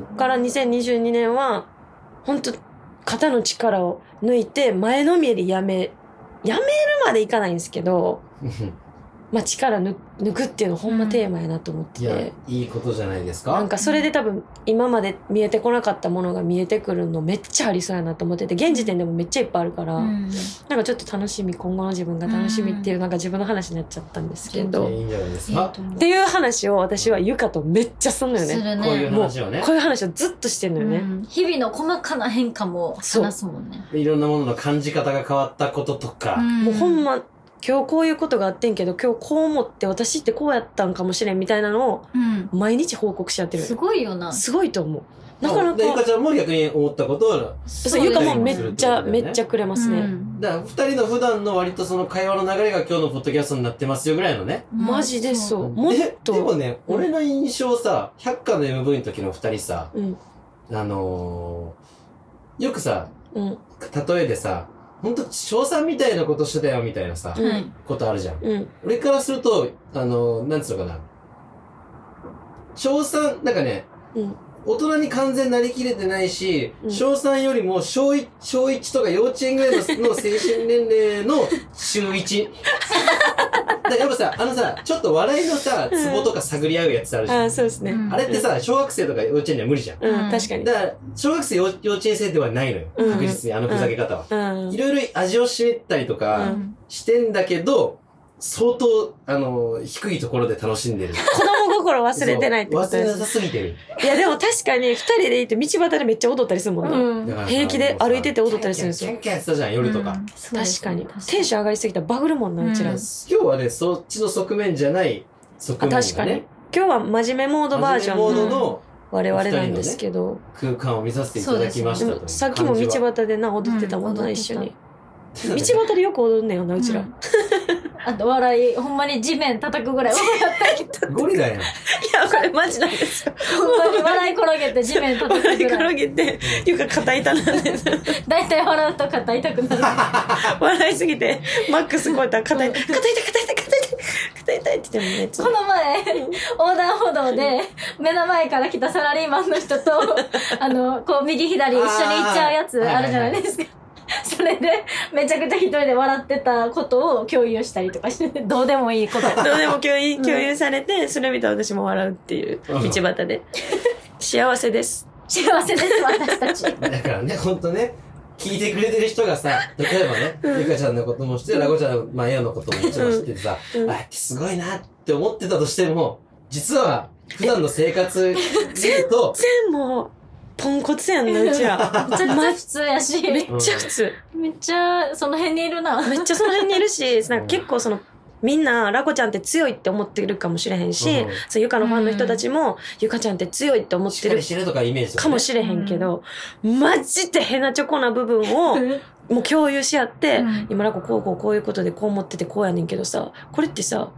からにせんにじゅうにねんは、本当肩の力を抜いて前のめりやめ、やめるまでいかないんですけど、まあ力抜くっていうのほんまテーマやなと思ってて、うん、いや、 いいことじゃないですか。 なんかそれで多分今まで見えてこなかったものが見えてくるのめっちゃありそうやなと思ってて、現時点でもめっちゃいっぱいあるから、うん、なんかちょっと楽しみ、今後の自分が楽しみっていうなんか自分の話になっちゃったんですけど、 いいんじゃないですかっていう話を私はゆかとめっちゃすんのよね。 するね。 こういう話をね。 こういう話をずっとしてんのよね。うん、 日々の細かな変化も話すもんね。 いろんなものの感じ方が変わったこととか。 うん、もうほんま、今日こういうことがあってんけど、今日こう思って私ってこうやったんかもしれんみたいなのを、毎日報告しちゃってる、 うん。すごいよな。 すごいと思う。なかなか。 ゆかちゃんも逆に思ったことを、 そう、ゆかもめっちゃ、ね、めっちゃくれますね。うん、 だから二人の普段の割とその会話の流れが今日のポッドキャストになってますよぐらいのね。 マジでそう。もっと。 でもね、うん、俺の印象さ、百花の エムブイ の時の二人さ、うん、あのー、よくさ、うん、例えでさ、ほんと、賞賛みたいなことしてたよ、みたいなさ、うん、ことあるじゃん。うん、俺からすると、あの、なんつうのかな。賞賛、なんかね、うん、大人に完全なりきれてないし、賞賛よりも小一、小一とか幼稚園ぐらいのの精神年齢の中一。だやっぱさ、あのさ、ちょっと笑いのさ、ツボとか探り合うやつあるじゃん。 あ、そうですね。 あれってさ、小学生とか幼稚園では無理じゃん。 うん、確かに。 だから、小学生幼稚園生ではないのよ。うん、確実に、あのふざけ方は。うん、いろいろ味を占めたりとか、してんだけど、相当、あの、低いところで楽しんでる。 子供心忘れてないってことです。 忘れなさすぎてる。 いや、でも確かに二人でいて道端でめっちゃ踊ったりするもんね。うん、平気で歩いてて踊ったりするんですよ。 キャンキャンやってたじゃん、夜とか。うん、 確かに。テンション上がりすぎたらバグるもんな、うちら。 今日はね、そっちの側面じゃない側面がね。確かに。 今日は真面目モードバージョンの。 真面目モードの我々なんですけど。 空間を見させていただきましたと。 さっきも道端でな、踊ってたもんな、一緒に。道端でよく踊んねんよな、うちら。 あと笑い、ほんまに地面叩くぐらい笑ったけど。 ゴリラやん。いや、これマジなんですよ。 ほんまに笑い転げて地面叩くぐらい。 笑い転げて、床肩痛なんです。 だいたい笑うと肩痛くなる。 笑いすぎて、マックス超えたら肩痛い、肩痛い、肩痛い、肩痛い、肩痛いって言ってもね。 この前、横断歩道で、目の前から来たサラリーマンの人と、あの、こう右左一緒に行っちゃうやつあるじゃないですか。それで、めちゃくちゃ一人で笑ってたことを共有したりとかして、どうでもいいこと。 どうでも共有、共有されて、それ見たら私も笑うっていう、道端で。幸せです。 幸せです、私たち。 だからね、ほんとね、聞いてくれてる人がさ、例えばね、うん、ゆかちゃんのこともして、ラコちゃんの、まあ、エアのことももちろん知っててさ、うん、あ、すごいなって思ってたとしても、実は、普段の生活見ると、 全然もう、ポンコツやんな、うちら。 めっちゃ普通やし。 めっちゃ普通。 めっちゃ、その辺にいるな。 めっちゃその辺にいるし、なんか結構その、みんな、ラコちゃんって強いって思ってるかもしれへんし、うん、そう、ゆかのファンの人たちも、ゆかちゃんって強いって思ってる。 しっかりしてるとかイメージ、ね、 かもしれへんけど、うん、マジでヘナチョコな部分を、もう共有し合って、うん、今ラコこうこうこういうことでこう思っててこうやねんけどさ、これってさ、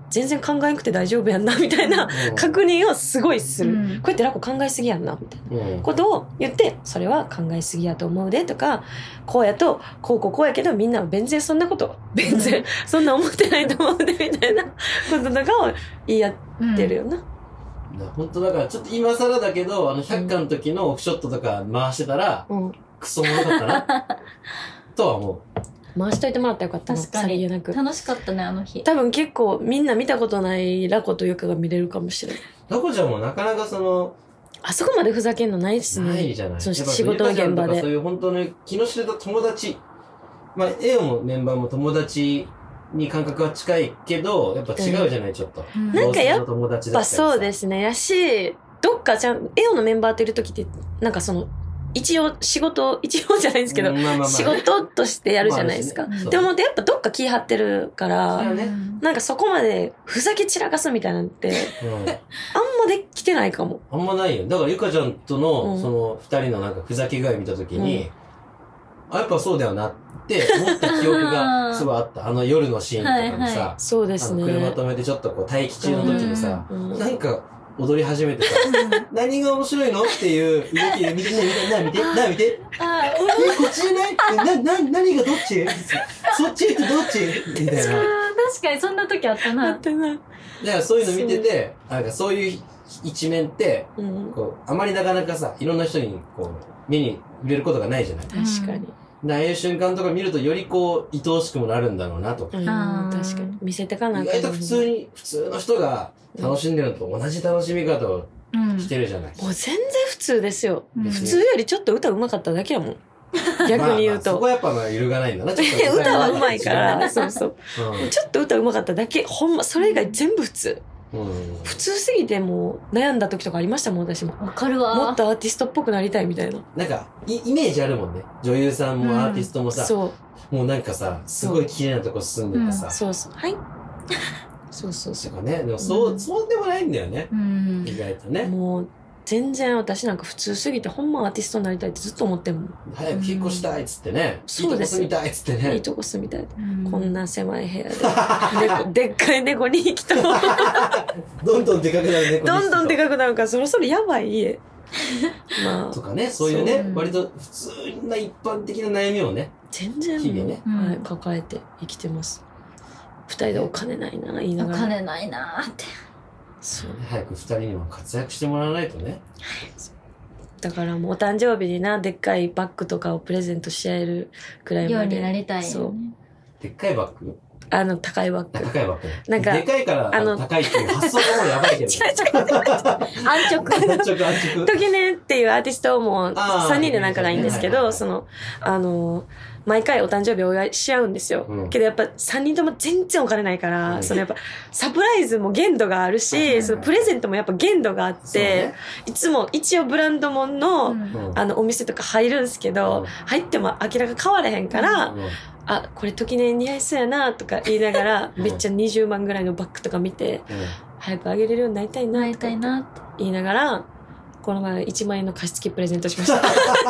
全然考えなくて大丈夫やんなみたいな、うん、確認をすごいする、うん、こうやってラコ考えすぎやんなみたいなことを言って、それは考えすぎやと思うでとか、こうやとこうこうこうやけどみんなは全然そんなこと全然そんな思ってないと思うでみたいなこととかを言い合ってるよな、 うん、本当だからちょっと今更だけど、あのひゃっかの時のオフショットとか回してたら、うん、クソおもろかったなとは思う。 回しといてもらったらよかったな。 確かに楽しかったね、あの日。 多分結構みんな見たことないラコとユカが見れるかもしれない。 ラコちゃんもなかなかそのあそこまでふざけんのないっすね。 ないじゃない。 その仕事の現場で。 そういう本当に気の知れた友達、まあエオもメンバーも友達に感覚は近いけど、やっぱ違うじゃない、うん、ちょっと。 うん、なんかやっぱそうですね。やし、どっかちゃんエオのメンバーといる時ってなんかその一応仕事、一応じゃないですけど、うんまあまあまあ、仕事としてやるじゃないですか。まあね、でもやっぱどっか気張ってるから、ね、なんかそこまでふざけ散らかすみたいなんて、うん、あんまできてないかも。 あんまないよ。だからゆかちゃんとの、うん、その二人のなんかふざけ具合見たときに、うん、あ、やっぱそうだよなって思った記憶がすごいあった。あの夜のシーンとかにさ、はいはい、 そうですね。 車止めてちょっとこう待機中の時にさ、うんうん、なんか、踊り始めてさ、何が面白いのっていう動きで見て、見て、な、見て、な、見て。あえ、こっちじゃないな、な、何がどっちそっちってどっちみたいな。 確かにそんな時あったな。あったな。 だからそういうの見てて、なんかそういう一面って、こう、あまりなかなかさ、いろんな人にこう、目に触れることがないじゃない。 確かに。 ああいう瞬間とか見るとよりこう、愛おしくもなるんだろうなとか。 うん、確かに。見せてかな意外と普通に、普通の人が楽しんでるのと同じ楽しみ方をしてるじゃない。 うん、もう全然普通ですよ。うん、普通よりちょっと歌上手かっただけやもん。逆に言うと。まあまあそこはやっぱまあ揺るがないんだな、ちょっと。歌は上手いから、そうそう、うん。ちょっと歌上手かっただけ、ほんま、それ以外全部普通。うん、普通すぎてもう悩んだ時とかありましたもん、私も。 わかるわ。 もっとアーティストっぽくなりたいみたいな。 なんか、イメージあるもんね。女優さんもアーティストもさ、うん、そう。もうなんかさ、すごい綺麗なとこ住んでてさ。うん、 そうそう。はい。そうそうそう。 とかね、でもそう、うん、そうでもないんだよね。うん、意外とね。 もう、全然私なんか普通すぎて、ほんまアーティストになりたいってずっと思ってんもん。 早く引っ越したいっつってね。そうです。いいとこ住みたいっつってね。 いいとこ住みたい。うん、こんな狭い部屋で。猫でっかい猫に匹と。 どんどんでかくなる猫に匹と。 どんどんでかくなるから、そろそろやばい家。 まあ。とかね、そういうね、割と普通な一般的な悩みをね。 全然。 日々ね、 はい。抱えて生きてます。二人でお金ないな、言いながら。 お金ないなって。 そうね。早く二人にも活躍してもらわないとね。 だからもうお誕生日にな、でっかいバッグとかをプレゼントし合えるくらいまで。 ようになりたい、ね。 そう。 でっかいバッグあの、高いバッグ。 高いバッグ。 なんか。 でかいからあの高いっていう発想がもうやばいけど。 違う違う違う。安直。 安直、安直。 時ねっていうアーティストもさんにんで仲がいいんですけど、その、あの、毎回お誕生日お祝いし合うんですよ。うん、けどやっぱさんにんとも全然お金ないから、うん、そのやっぱサプライズも限度があるし、うん、そのプレゼントもやっぱ限度があって、ね、いつも一応ブランド物の、うん、あのお店とか入るんですけど、うん、入っても明らか買われへんから、うん、あ、これ時ね似合いそうやなとか言いながら、うん、めっちゃにじゅうまんぐらいのバッグとか見て、うん、早くあげれるようになりたいなとか言いながら、この前いちまんえんの加湿器プレゼントしました。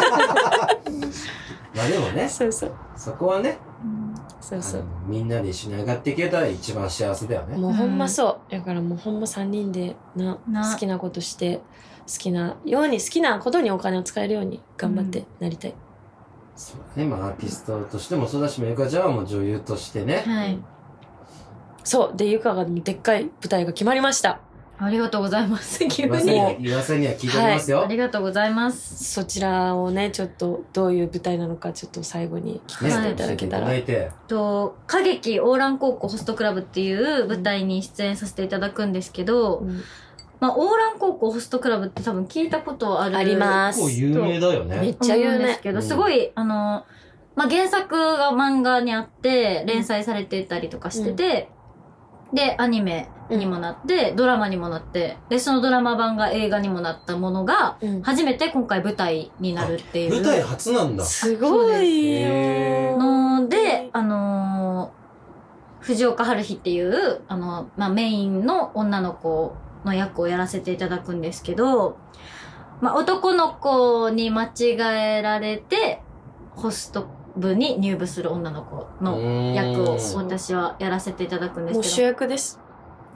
まあでもね、 そうそう。 そこはね、 うん、そうそう。 みんなで一緒に上がっていけたら一番幸せだよね。 もうほんまそう。だからもうほんまさんにんでな、な好きなことして、好きなように、好きなことにお金を使えるように頑張ってなりたい。うん、 そうだね。まあアーティストとしてもそうだし、ゆかちゃんはもう女優としてね。 はい。そう。で、ゆかがでっかい舞台が決まりました。 ありがとうございます。 急に。噂には聞いておりますよ、はい。 ありがとうございます。 そちらをね、ちょっとどういう舞台なのか、ちょっと最後に聞かせていただけたら。 ね、 と、歌劇オーラン高校ホストクラブっていう舞台に出演させていただくんですけど、うん、まあ、オーラン高校ホストクラブって多分聞いたことある。 あります。 結構有名だよね。 めっちゃ有名ですけど、すごい、あの、まあ、原作が漫画にあって、連載されてたりとかしてて、うん、で、アニメ、にもなって、うん、ドラマにもなって、で、そのドラマ版が映画にもなったものが、うん、初めて今回舞台になるっていう。 舞台初なんだ。 すごいよ。 ので、あのー、藤岡春日っていう、あの、まあ、メインの女の子の役をやらせていただくんですけど、まあ、男の子に間違えられて、ホスト部に入部する女の子の役を私はやらせていただくんですけど。 もう主役です。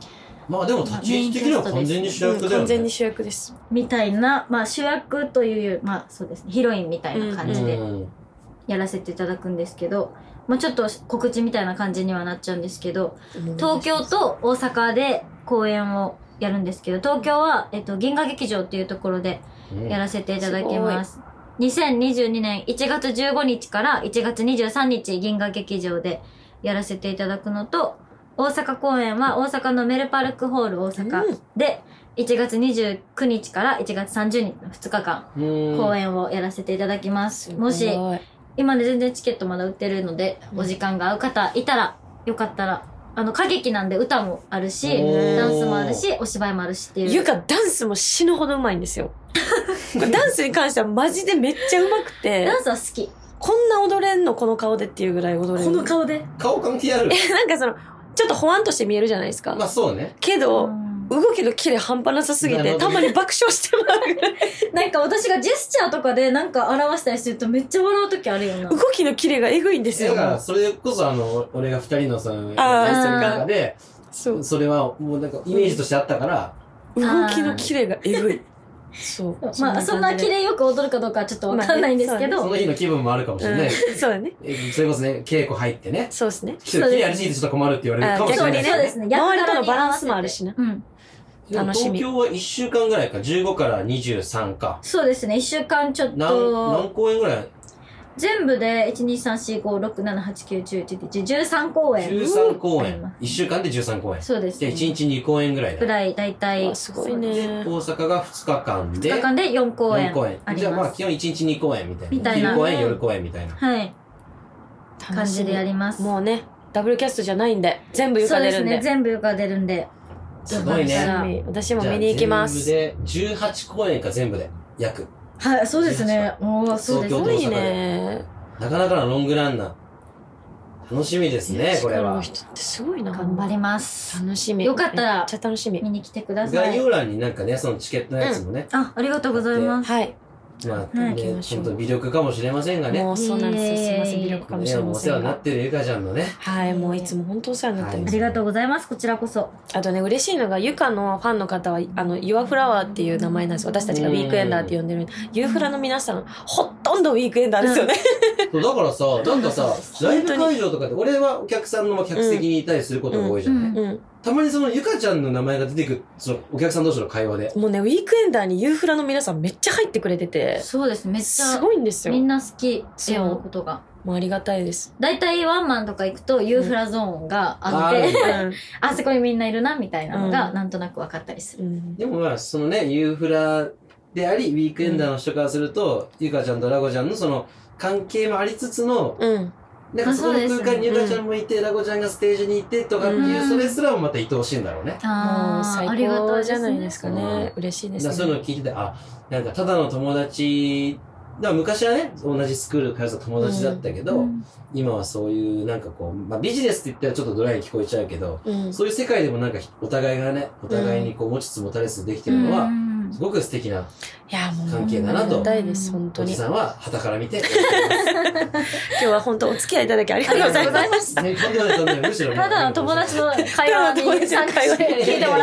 まあでも立ち位置的には完全に主役だよね。 完全に主役です。 みたいな、まあ主役という、まあそうですね、ヒロインみたいな感じでやらせていただくんですけど、まあちょっと告知みたいな感じにはなっちゃうんですけど、東京と大阪で公演をやるんですけど、東京は、えっと、銀河劇場っていうところでやらせていただきます。うん、にせんにじゅうにねんいちがつじゅうごにちからいちがつにじゅうさんにち銀河劇場でやらせていただくのと、大阪公演は大阪のメルパルクホール大阪でいちがつにじゅうくにちからいちがつさんじゅうにちのふつかかん公演をやらせていただきます。もし今で全然チケットまだ売ってるので、お時間が合う方いたらよかったら、あの歌劇なんで歌もあるしダンスもあるしお芝居もあるしっていう。 ゆかダンスも死ぬほど上手いんですよ。ダンスに関してはマジでめっちゃ上手くて、 ダンスは好き。 こんな踊れんのこの顔でっていうぐらい踊れる。 この顔で顔関係ある。 なんかそのちょっとほわんとして見えるじゃないですか。 まあそうね。 けど、動きのキレ半端なさすぎて、たまに爆笑してもらうぐらい。 なんか私がジェスチャーとかでなんか表したりするとめっちゃ笑う時あるよな。 動きのキレがエグいんですよ。 だからそれこそあの、俺が二人のその、 あライストの中で、 そう。 それはもうなんかイメージとしてあったから、 動きのキレがエグい。そう。 まあそんなキレよく踊るかどうかはちょっとわかんないんですけど。 その日の気分もあるかもしれない。 そうだね。 それこそね、稽古入ってね。 そうですね。 キレありすぎてちょっと困るって言われるかもしれない。 そうですね。 周りとのバランスもあるしな。うん。 楽しみ。東京はいっしゅうかんぐらいか、じゅうごからにじゅうさんか。 そうですね、いっしゅうかんちょっと。 何、何公演ぐらい？ 全部で、いち、に、さん、よん、ご、ろく、なな、はち、きゅう、じゅう、じゅういち、じゅうさんこうえん。 じゅうさんこうえん。いっしゅうかんでじゅうさんこうえん。 そうです、 ね。で、いちにちにこうえんぐらいだ。 ぐらい、だいたい。 すごいね。 大阪がふつかかんで。 ふつかかんでよんこうえん。 よんこうえん。じゃあまあ、基本いちにちにこうえんみたいな。 みたいな。 昼公演、夜公演みたいな。 はい。感じでやります。 もうね、ダブルキャストじゃないんで、全部床出るんで。 そうですね、全部床出るんで。 すごいね。 私も見に行きます。 全部でじゅうはちこうえんか全部で。約。 はい、そうですね。おー、そうです。 すごいね。 なかなかのロングランナー。楽しみですね、これは。 人ってすごいな。 頑張ります。 楽しみ。 よかったら、 めっちゃ楽しみ。 見に来てください。 概要欄になんかね、そのチケットのやつもね。 あ、ありがとうございます。 はい。 まあ、ね、本当微力かもしれませんがね。 もうそうなんですよ。すいません、微力かもしれません。 お世話になってるゆかちゃんのね。 はい、もういつも本当お世話になってます。 ありがとうございます、こちらこそ。 あとね、嬉しいのが、ゆかのファンの方は、あの、ユアフラワーっていう名前なんです。私たちがウィークエンダーって呼んでる。ユーフラの皆さん、ほとんどウィークエンダーですよね。 そうだからさ、なんかさ、ライブ会場とかで、俺はお客さんの客席にいたりすることが多いじゃない。たまにそのゆかちゃんの名前が出てくる、そのお客さん同士の会話で。 もうね、ウィークエンダーにユーフラの皆さんめっちゃ入ってくれてて。 そうです、めっちゃ。 すごいんですよ。 みんな好き、エオのことが。 もうありがたいです。 だいたいワンマンとか行くとユーフラゾーンがあって、うん、あそこにみんないるな、みたいなのがなんとなく分かったりする。うん、 でもまあ、そのね、ユーフラであり、ウィークエンダーの人からすると、うん、ゆかちゃんとラゴちゃんのその関係もありつつの、うんなんかその空間にゆかちゃんもいて、うん、ラゴちゃんがステージにいてとかっていう、うん、それすらもまた愛おしいんだろうね。 ああ、最高じゃないですかね。嬉しいですね。 そういうのを聞いてて、あ、なんかただの友達、だから昔はね、同じスクール通った友達だったけど、うん、今はそういうなんかこう、まあビジネスって言ったらちょっとドライに聞こえちゃうけど、うん、そういう世界でもなんかお互いがね、お互いにこう持ちつ持たれつできてるのは、すごく素敵な関係だなと。 たいです、本当に。 おじさんは旗から見て。 今日は本当お付き合いいただきありがとうございます。 ね、とんでもないとんでもない。むしろ。 ただの友達の会話に参加して聞いてもらって。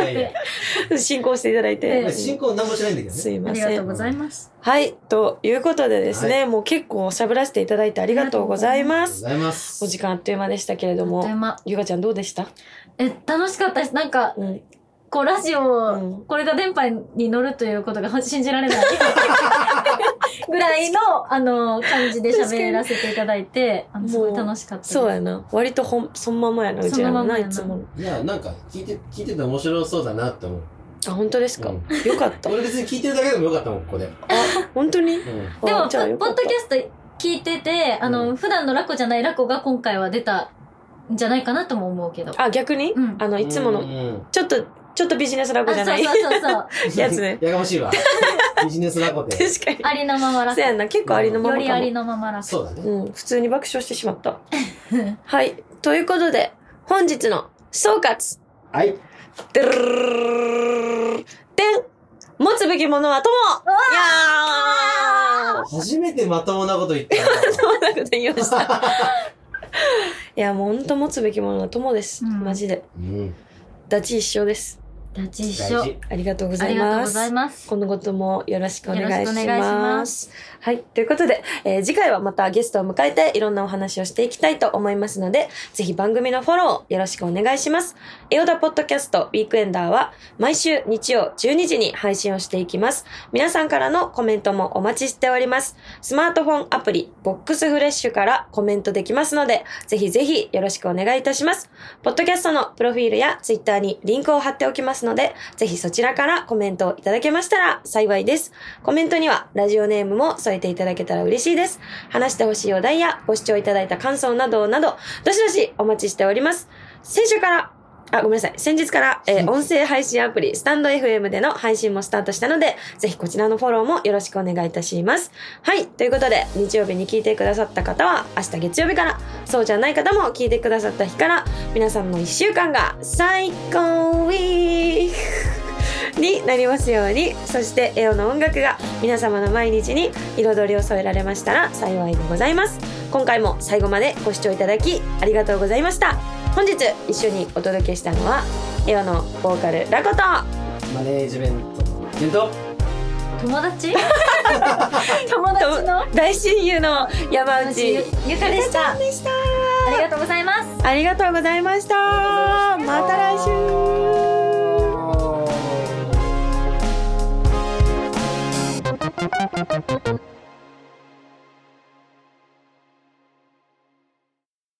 進行していただいて。 進行何もしないんだけどね。 すいません。 ありがとうございます。 はい。ということでですね、もう結構喋らせていただいてありがとうございます。 ありがとうございます。 お時間あっという間でしたけれども。あっという間。ゆかちゃんどうでした？ え、楽しかったです。なんか、こう、ラジオ、これが電波に乗るということが信じられないぐらいの、あの、感じで喋らせていただいて、あの、すごい楽しかったです。 そうやな。割とほん、そのままやな、うちらもな、いつも。 いや、なんか、聞いて、聞いてて面白そうだなって思う。 あ、本当ですか？よかった。 俺別に聞いてるだけでもよかったもん、ここで。 あ、本当に？でも、 ポッドキャスト聞いてて、あの、普段のラコじゃないラコが今回は出たんじゃないかなとも思うけど。 あ、逆に？あの、いつもの、ちょっと、ちょっとビジネスラコじゃない。 そうそうそうそう。やつね。 やかましいわ。ビジネスラコって。 確かに。 ありのままラコ。 そうやな。結構ありのままかも。 よりありのままラコ。 そうだね。 うん。普通に爆笑してしまった。はい。ということで、本日の総括。 はい。 でるーでん持つべきものは友。いやー初めてまともなこと言った。 まともなこと言いました。いや、もうほんと持つべきものは友です。マジで。うん。ダチ一生です。 立ち一緒。 ありがとうございます。 ありがとうございます。 今後ともよろしくお願いします。 よろしくお願いします。 はい。ということで、えー、次回はまたゲストを迎えていろんなお話をしていきたいと思いますので、ぜひ番組のフォローよろしくお願いします。エオダポッドキャストウィークエンダーは毎週日曜じゅうにじに配信をしていきます。皆さんからのコメントもお待ちしております。スマートフォンアプリボックスフレッシュからコメントできますので、ぜひぜひよろしくお願いいたします。ポッドキャストのプロフィールやツイッターにリンクを貼っておきますので、ぜひそちらからコメントをいただけましたら幸いです。コメントにはラジオネームも添えていただけたら嬉しいです。話してほしいお題やご視聴いただいた感想などなど、どしどしお待ちしております。先週から、あ、ごめんなさい。先日から、えー、音声配信アプリ、スタンド エフエム での配信もスタートしたので、ぜひこちらのフォローもよろしくお願いいたします。はい。ということで、日曜日に聞いてくださった方は、明日月曜日から、そうじゃない方も聞いてくださった日から、皆さんの一週間が最高ウィークになりますように。そしてエオの音楽が皆様の毎日に彩りを添えられましたら幸いでございます。今回も最後までご視聴いただきありがとうございました。本日一緒にお届けしたのはエオのボーカルラコとマネージメントのケント、 友達友達の大親友の山内ゆゆかでした。 ゆかちゃんでした。 ありがとうございます。 ありがとうございました。また来週。